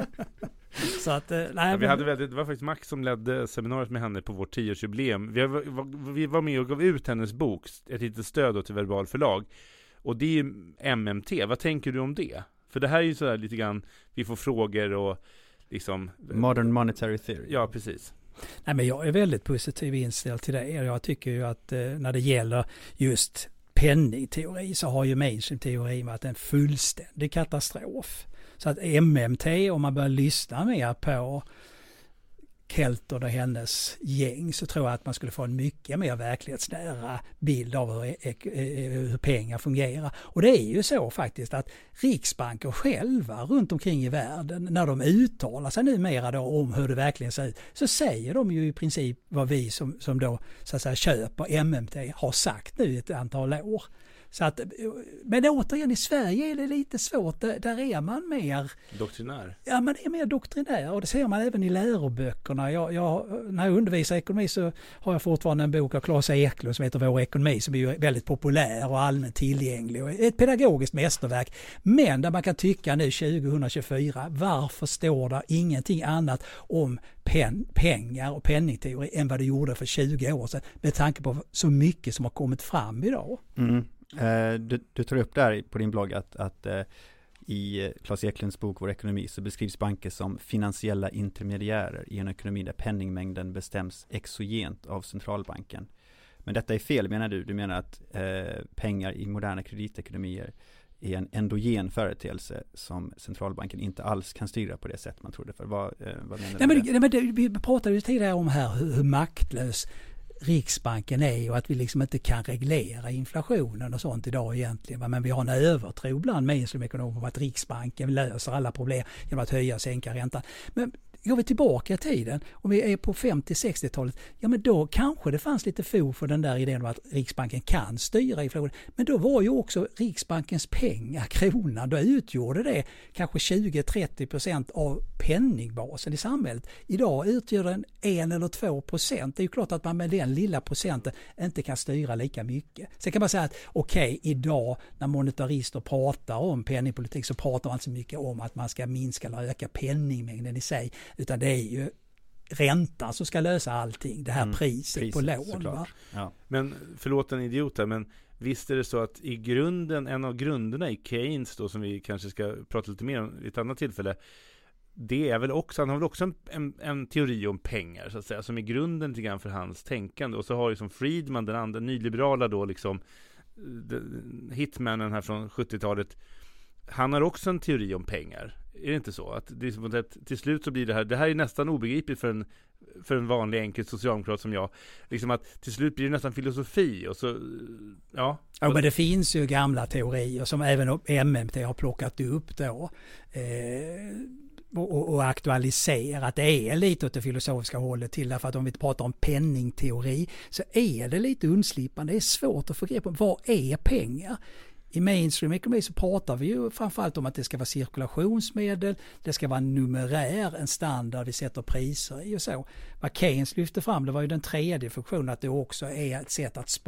Så att, nej, det var faktiskt Max som ledde seminariet med henne på vårt 10-årsjubileum. Vi var med och gav ut hennes bok, ett litet stöd då till Verbal förlag. Och det är MMT. Vad tänker du om det? För det här är ju sådär lite grann, vi får frågor och liksom... Modern Monetary Theory. Ja, precis. Nej, men jag är väldigt positiv inställd till det. Jag tycker ju att när det gäller just penningteori så har ju mainstream-teorin varit en fullständig katastrof. Så att MMT, om man börjar lyssna mer på Kelton och hennes gäng så tror jag att man skulle få en mycket mer verklighetsnära bild av hur pengar fungerar. Och det är ju så faktiskt att riksbanker själva runt omkring i världen, när de uttalar sig numera då om hur det verkligen ser ut, så säger de ju i princip vad vi som då så att säga köper MMT har sagt nu ett antal år. Så att, men återigen i Sverige är det lite svårt, där är man mer doktrinär. Ja, man är mer doktrinär och det ser man även i läroböckerna. När jag undervisar ekonomi så har jag fortfarande en bok av Claes Eklund som heter Vår ekonomi som är väldigt populär och allmänt tillgänglig och ett pedagogiskt mästerverk. Men där man kan tycka nu 2024, varför står det ingenting annat om pengar och penningteori än vad det gjorde för 20 år sedan med tanke på så mycket som har kommit fram idag? Du tar upp där på din blogg att i Claes Eklunds bok Vår ekonomi så beskrivs banker som finansiella intermediärer i en ekonomi där penningmängden bestäms exogent av centralbanken. Men detta är fel, menar du? Du menar att pengar i moderna kreditekonomier är en endogen företeelse som centralbanken inte alls kan styra på det sätt man trodde för. Vad menar du? Vi pratade ju tidigare om här hur maktlös Riksbanken är och att vi liksom inte kan reglera inflationen och sånt idag egentligen. Men vi har en övertro bland mainstream-ekonomer om att Riksbanken löser alla problem genom att höja och sänka räntan. Men går vi tillbaka i tiden, om vi är på 50-60-talet, ja men då kanske det fanns lite fog för den där idén om att Riksbanken kan styra inflationen. Men då var ju också Riksbankens pengar, kronan, då utgjorde det kanske 20-30% av penningbasen i samhället. Idag utgör den 1 eller 2%. Det är ju klart att man med den lilla procenten inte kan styra lika mycket. Sen kan man säga att okej, idag när monetarister pratar om penningpolitik så pratar man inte så mycket om att man ska minska eller öka penningmängden i sig, utan det är ju räntan som ska lösa allting. Det här priset på lån. Va? Ja. Men förlåt en idiot här, men visst är det så att i grunden, en av grunderna i Keynes då, som vi kanske ska prata lite mer om i ett annat tillfälle, det är väl också, han har väl också en teori om pengar så att säga, som är grunden lite grann för hans tänkande. Och så har ju som Friedman, den andra nyliberala då liksom, hitmannen här från 70-talet, han har också en teori om pengar. Är det inte så? Att det är som att till slut så blir det här är nästan obegripligt för en vanlig enkel socialdemokrat som jag. Liksom att till slut blir det nästan filosofi och så, ja. Ja, men det finns ju gamla teorier som även MMT har plockat upp då och aktualiserat. Det är lite åt det filosofiska hållet till, därför att om vi pratar om penningteori så är det lite undslipande. Det är svårt att få grepp om vad är pengar. I mainstream ekonomi så pratar vi ju framförallt om att det ska vara cirkulationsmedel, det ska vara en numerär, en standard vi sätter priser i och så. Vad Keynes lyfte fram, det var ju den tredje funktionen, att det också är ett sätt att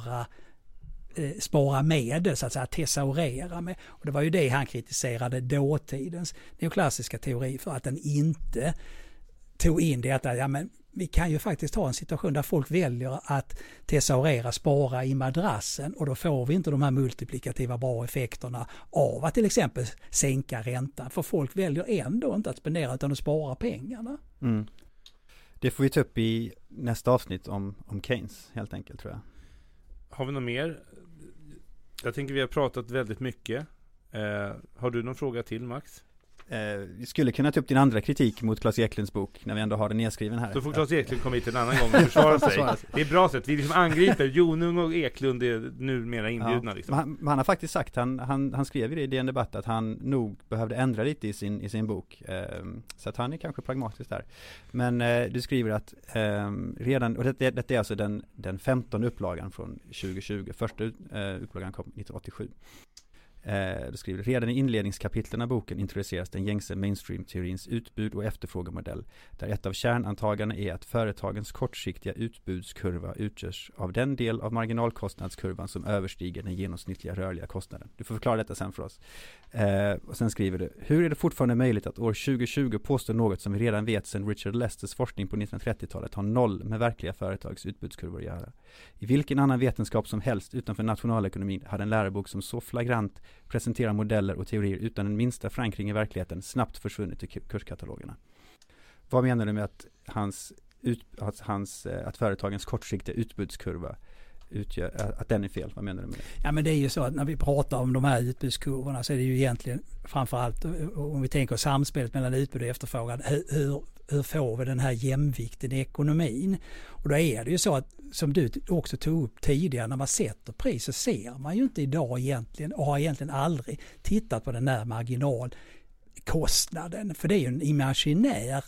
spara medel, så att säga, tesaurera med. Och det var ju det han kritiserade dåtidens neoklassiska teori för, att den inte tog in det att ja, men vi kan ju faktiskt ha en situation där folk väljer att tesaurera, spara i madrassen, och då får vi inte de här multiplikativa bra effekterna av att till exempel sänka räntan. För folk väljer ändå inte att spendera utan att spara pengarna. Mm. Det får vi ta upp i nästa avsnitt om Keynes helt enkelt, tror jag. Har vi något mer? Jag tänker vi har pratat väldigt mycket. Har du någon fråga till, Max? Vi skulle kunna ta upp din andra kritik mot Claes Eklunds bok när vi ändå har den nedskriven här. Så får Claes Eklund komma hit en annan gång och försvara sig. Det är bra sätt. Vi liksom angriper Jonung och Eklund är numera inbjudna. Liksom. Han har faktiskt sagt, han skrev ju det i DN Debatt, att han nog behövde ändra lite i sin bok. Så att han är kanske pragmatisk där. Men du skriver att redan, och detta är alltså den 15:e upplagan från 2020. Första upplagan kom 1987. Du skriver, redan i inledningskapitlen av boken introduceras den gängse mainstream-teorins utbud- och efterfrågemodell, där ett av kärnantagandena är att företagens kortsiktiga utbudskurva utgörs av den del av marginalkostnadskurvan som överstiger den genomsnittliga rörliga kostnaden. Du får förklara detta sen för oss. Och sen skriver du, hur är det fortfarande möjligt att år 2020 påstå något som vi redan vet sedan Richard Lesters forskning på 1930-talet har noll med verkliga företags utbudskurvor att göra? I vilken annan vetenskap som helst utanför nationalekonomin hade en lärobok som så flagrant presenterar modeller och teorier utan den minsta förankring i verkligheten snabbt försvunnit i kurskatalogerna? Vad menar du med att att företagens kortsiktiga utbudskurva utgör, att den är fel? Vad menar du med det? Ja, men det är ju så att när vi pratar om de här utbudskurvorna så är det ju egentligen framförallt, om vi tänker samspelet mellan utbud och efterfrågan, hur får vi den här jämvikten i ekonomin? Och då är det ju så att, som du också tog upp tidigare, när man sätter pris så ser man ju inte idag egentligen, och har egentligen aldrig tittat på den här marginalkostnaden, för det är ju en imaginär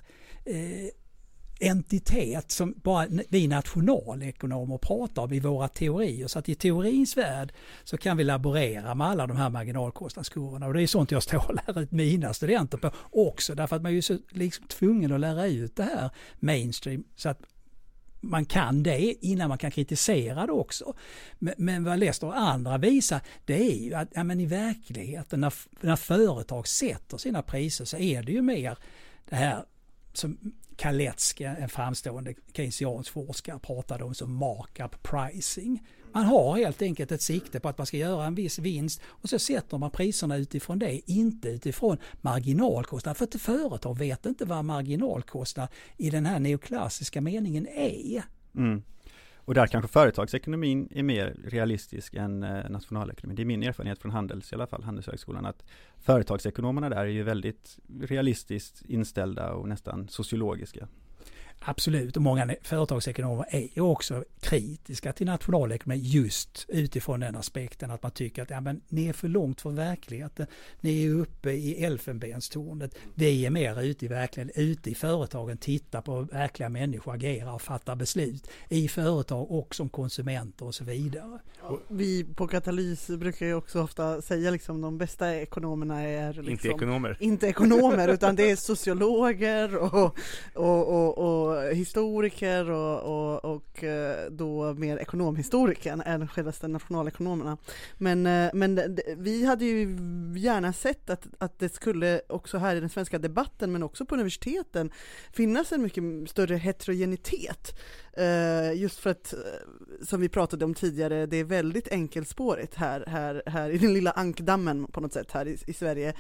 entitet som bara vi nationalekonomer pratar om i våra teorier. Så att i teorins värld så kan vi laborera med alla de här marginalkostnadskurvorna, och det är sånt jag står och lär ut mina studenter på också, därför att man är ju så liksom tvungen att lära ut det här mainstream så att man kan det innan man kan kritisera det också. Men vad Lester och andra visar, det är ju att ja, men i verkligheten när företag sätter sina priser så är det ju mer det här som Kalecki, en framstående keynesiansk forskare, pratade om som markup pricing. Man har helt enkelt ett sikte på att man ska göra en viss vinst, och så sätter man priserna utifrån det, inte utifrån marginalkostnad. För ett företag vet inte vad marginalkostnad i den här neoklassiska meningen är. Mm. Och där kanske företagsekonomin är mer realistisk än nationalekonomin. Det är min erfarenhet från Handels, i alla fall Handelshögskolan, att företagsekonomerna där är ju väldigt realistiskt inställda och nästan sociologiska. Absolut, och många företagsekonomer är ju också kritiska till nationalekonomi just utifrån den aspekten att man tycker att ja, men ni är för långt från verkligheten, ni är uppe i elfenbenstornet, vi är mer ute i verkligheten, ute i företagen, tittar på verkliga människor, agerar och fattar beslut i företag och som konsumenter och så vidare. Ja, vi på Katalys brukar ju också ofta säga liksom de bästa ekonomerna är liksom, inte ekonomer utan det är sociologer och då historiker och då mer ekonomhistoriker än självaste nationalekonomerna. Men vi hade ju gärna sett att det skulle också här i den svenska debatten, men också på universiteten, finnas en mycket större heterogenitet. Just för att, som vi pratade om tidigare, det är väldigt enkelspårigt här i den lilla ankdammen på något sätt här i Sverige.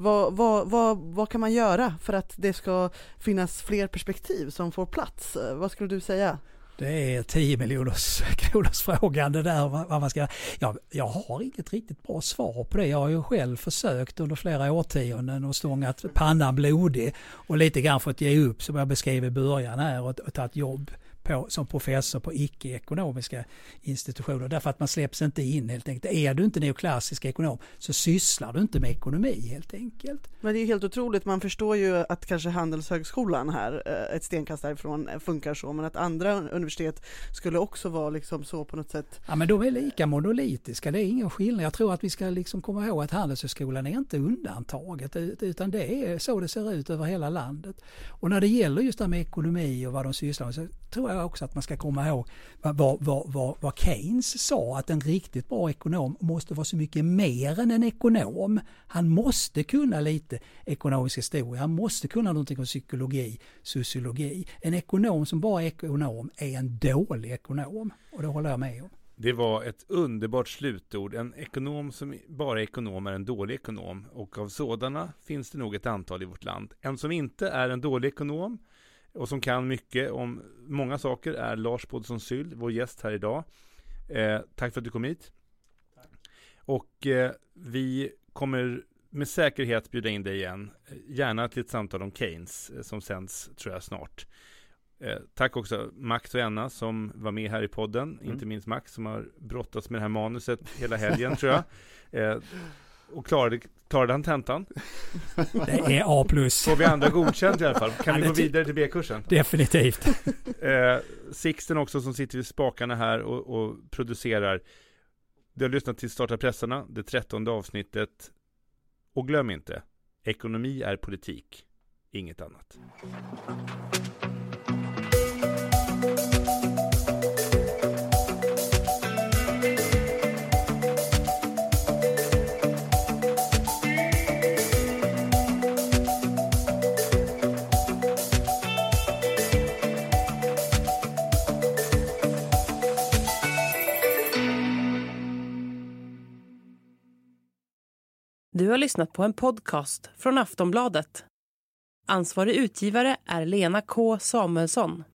Vad kan man göra för att det ska finnas fler perspektiv som får plats? Vad skulle du säga? Det är 10 miljoners kronors frågan det där vad man ska. Jag har inget riktigt bra svar på det. Jag har ju själv försökt under flera årtionden och stångat pannan blodig och lite grann fått ge upp, som jag beskrev i början här, och tagit jobb som professor på icke-ekonomiska institutioner, därför att man släpps inte in helt enkelt. Är du inte neoklassisk ekonom så sysslar du inte med ekonomi helt enkelt. Men det är helt otroligt, man förstår ju att kanske Handelshögskolan här, ett stenkast därifrån, funkar så, men att andra universitet skulle också vara liksom så på något sätt. Ja, men de är lika monolitiska, det är ingen skillnad. Jag tror att vi ska liksom komma ihåg att Handelshögskolan är inte undantaget, utan det är så det ser ut över hela landet. Och när det gäller just det med ekonomi och vad de sysslar med, så tror jag också att man ska komma ihåg vad Keynes sa, att en riktigt bra ekonom måste vara så mycket mer än en ekonom. Han måste kunna lite ekonomisk historia, han måste kunna någonting om psykologi, sociologi. En ekonom som bara är ekonom är en dålig ekonom, och det håller jag med om. Det var ett underbart slutord. En ekonom som bara är ekonom är en dålig ekonom, och av sådana finns det nog ett antal i vårt land. En som inte är en dålig ekonom och som kan mycket om många saker är Lars Bådsson Syll, vår gäst här idag. Tack för att du kom hit. Tack. Och vi kommer med säkerhet bjuda in dig igen. Gärna till ett samtal om Keynes som sänds, tror jag, snart. Tack också Max och Enna som var med här i podden. Inte minst Max som har brottats med det här manuset hela helgen, tror jag. Och klarade han tentan? Det är A+. Får vi andra godkänt i alla fall? Kan vi gå vidare till B-kursen? Definitivt. Sixten också som sitter vid spakarna här och producerar. Du har lyssnat till Starta pressarna, det 13:e avsnittet. Och glöm inte, ekonomi är politik, inget annat. Du har lyssnat på en podcast från Aftonbladet. Ansvarig utgivare är Lena K. Samuelsson.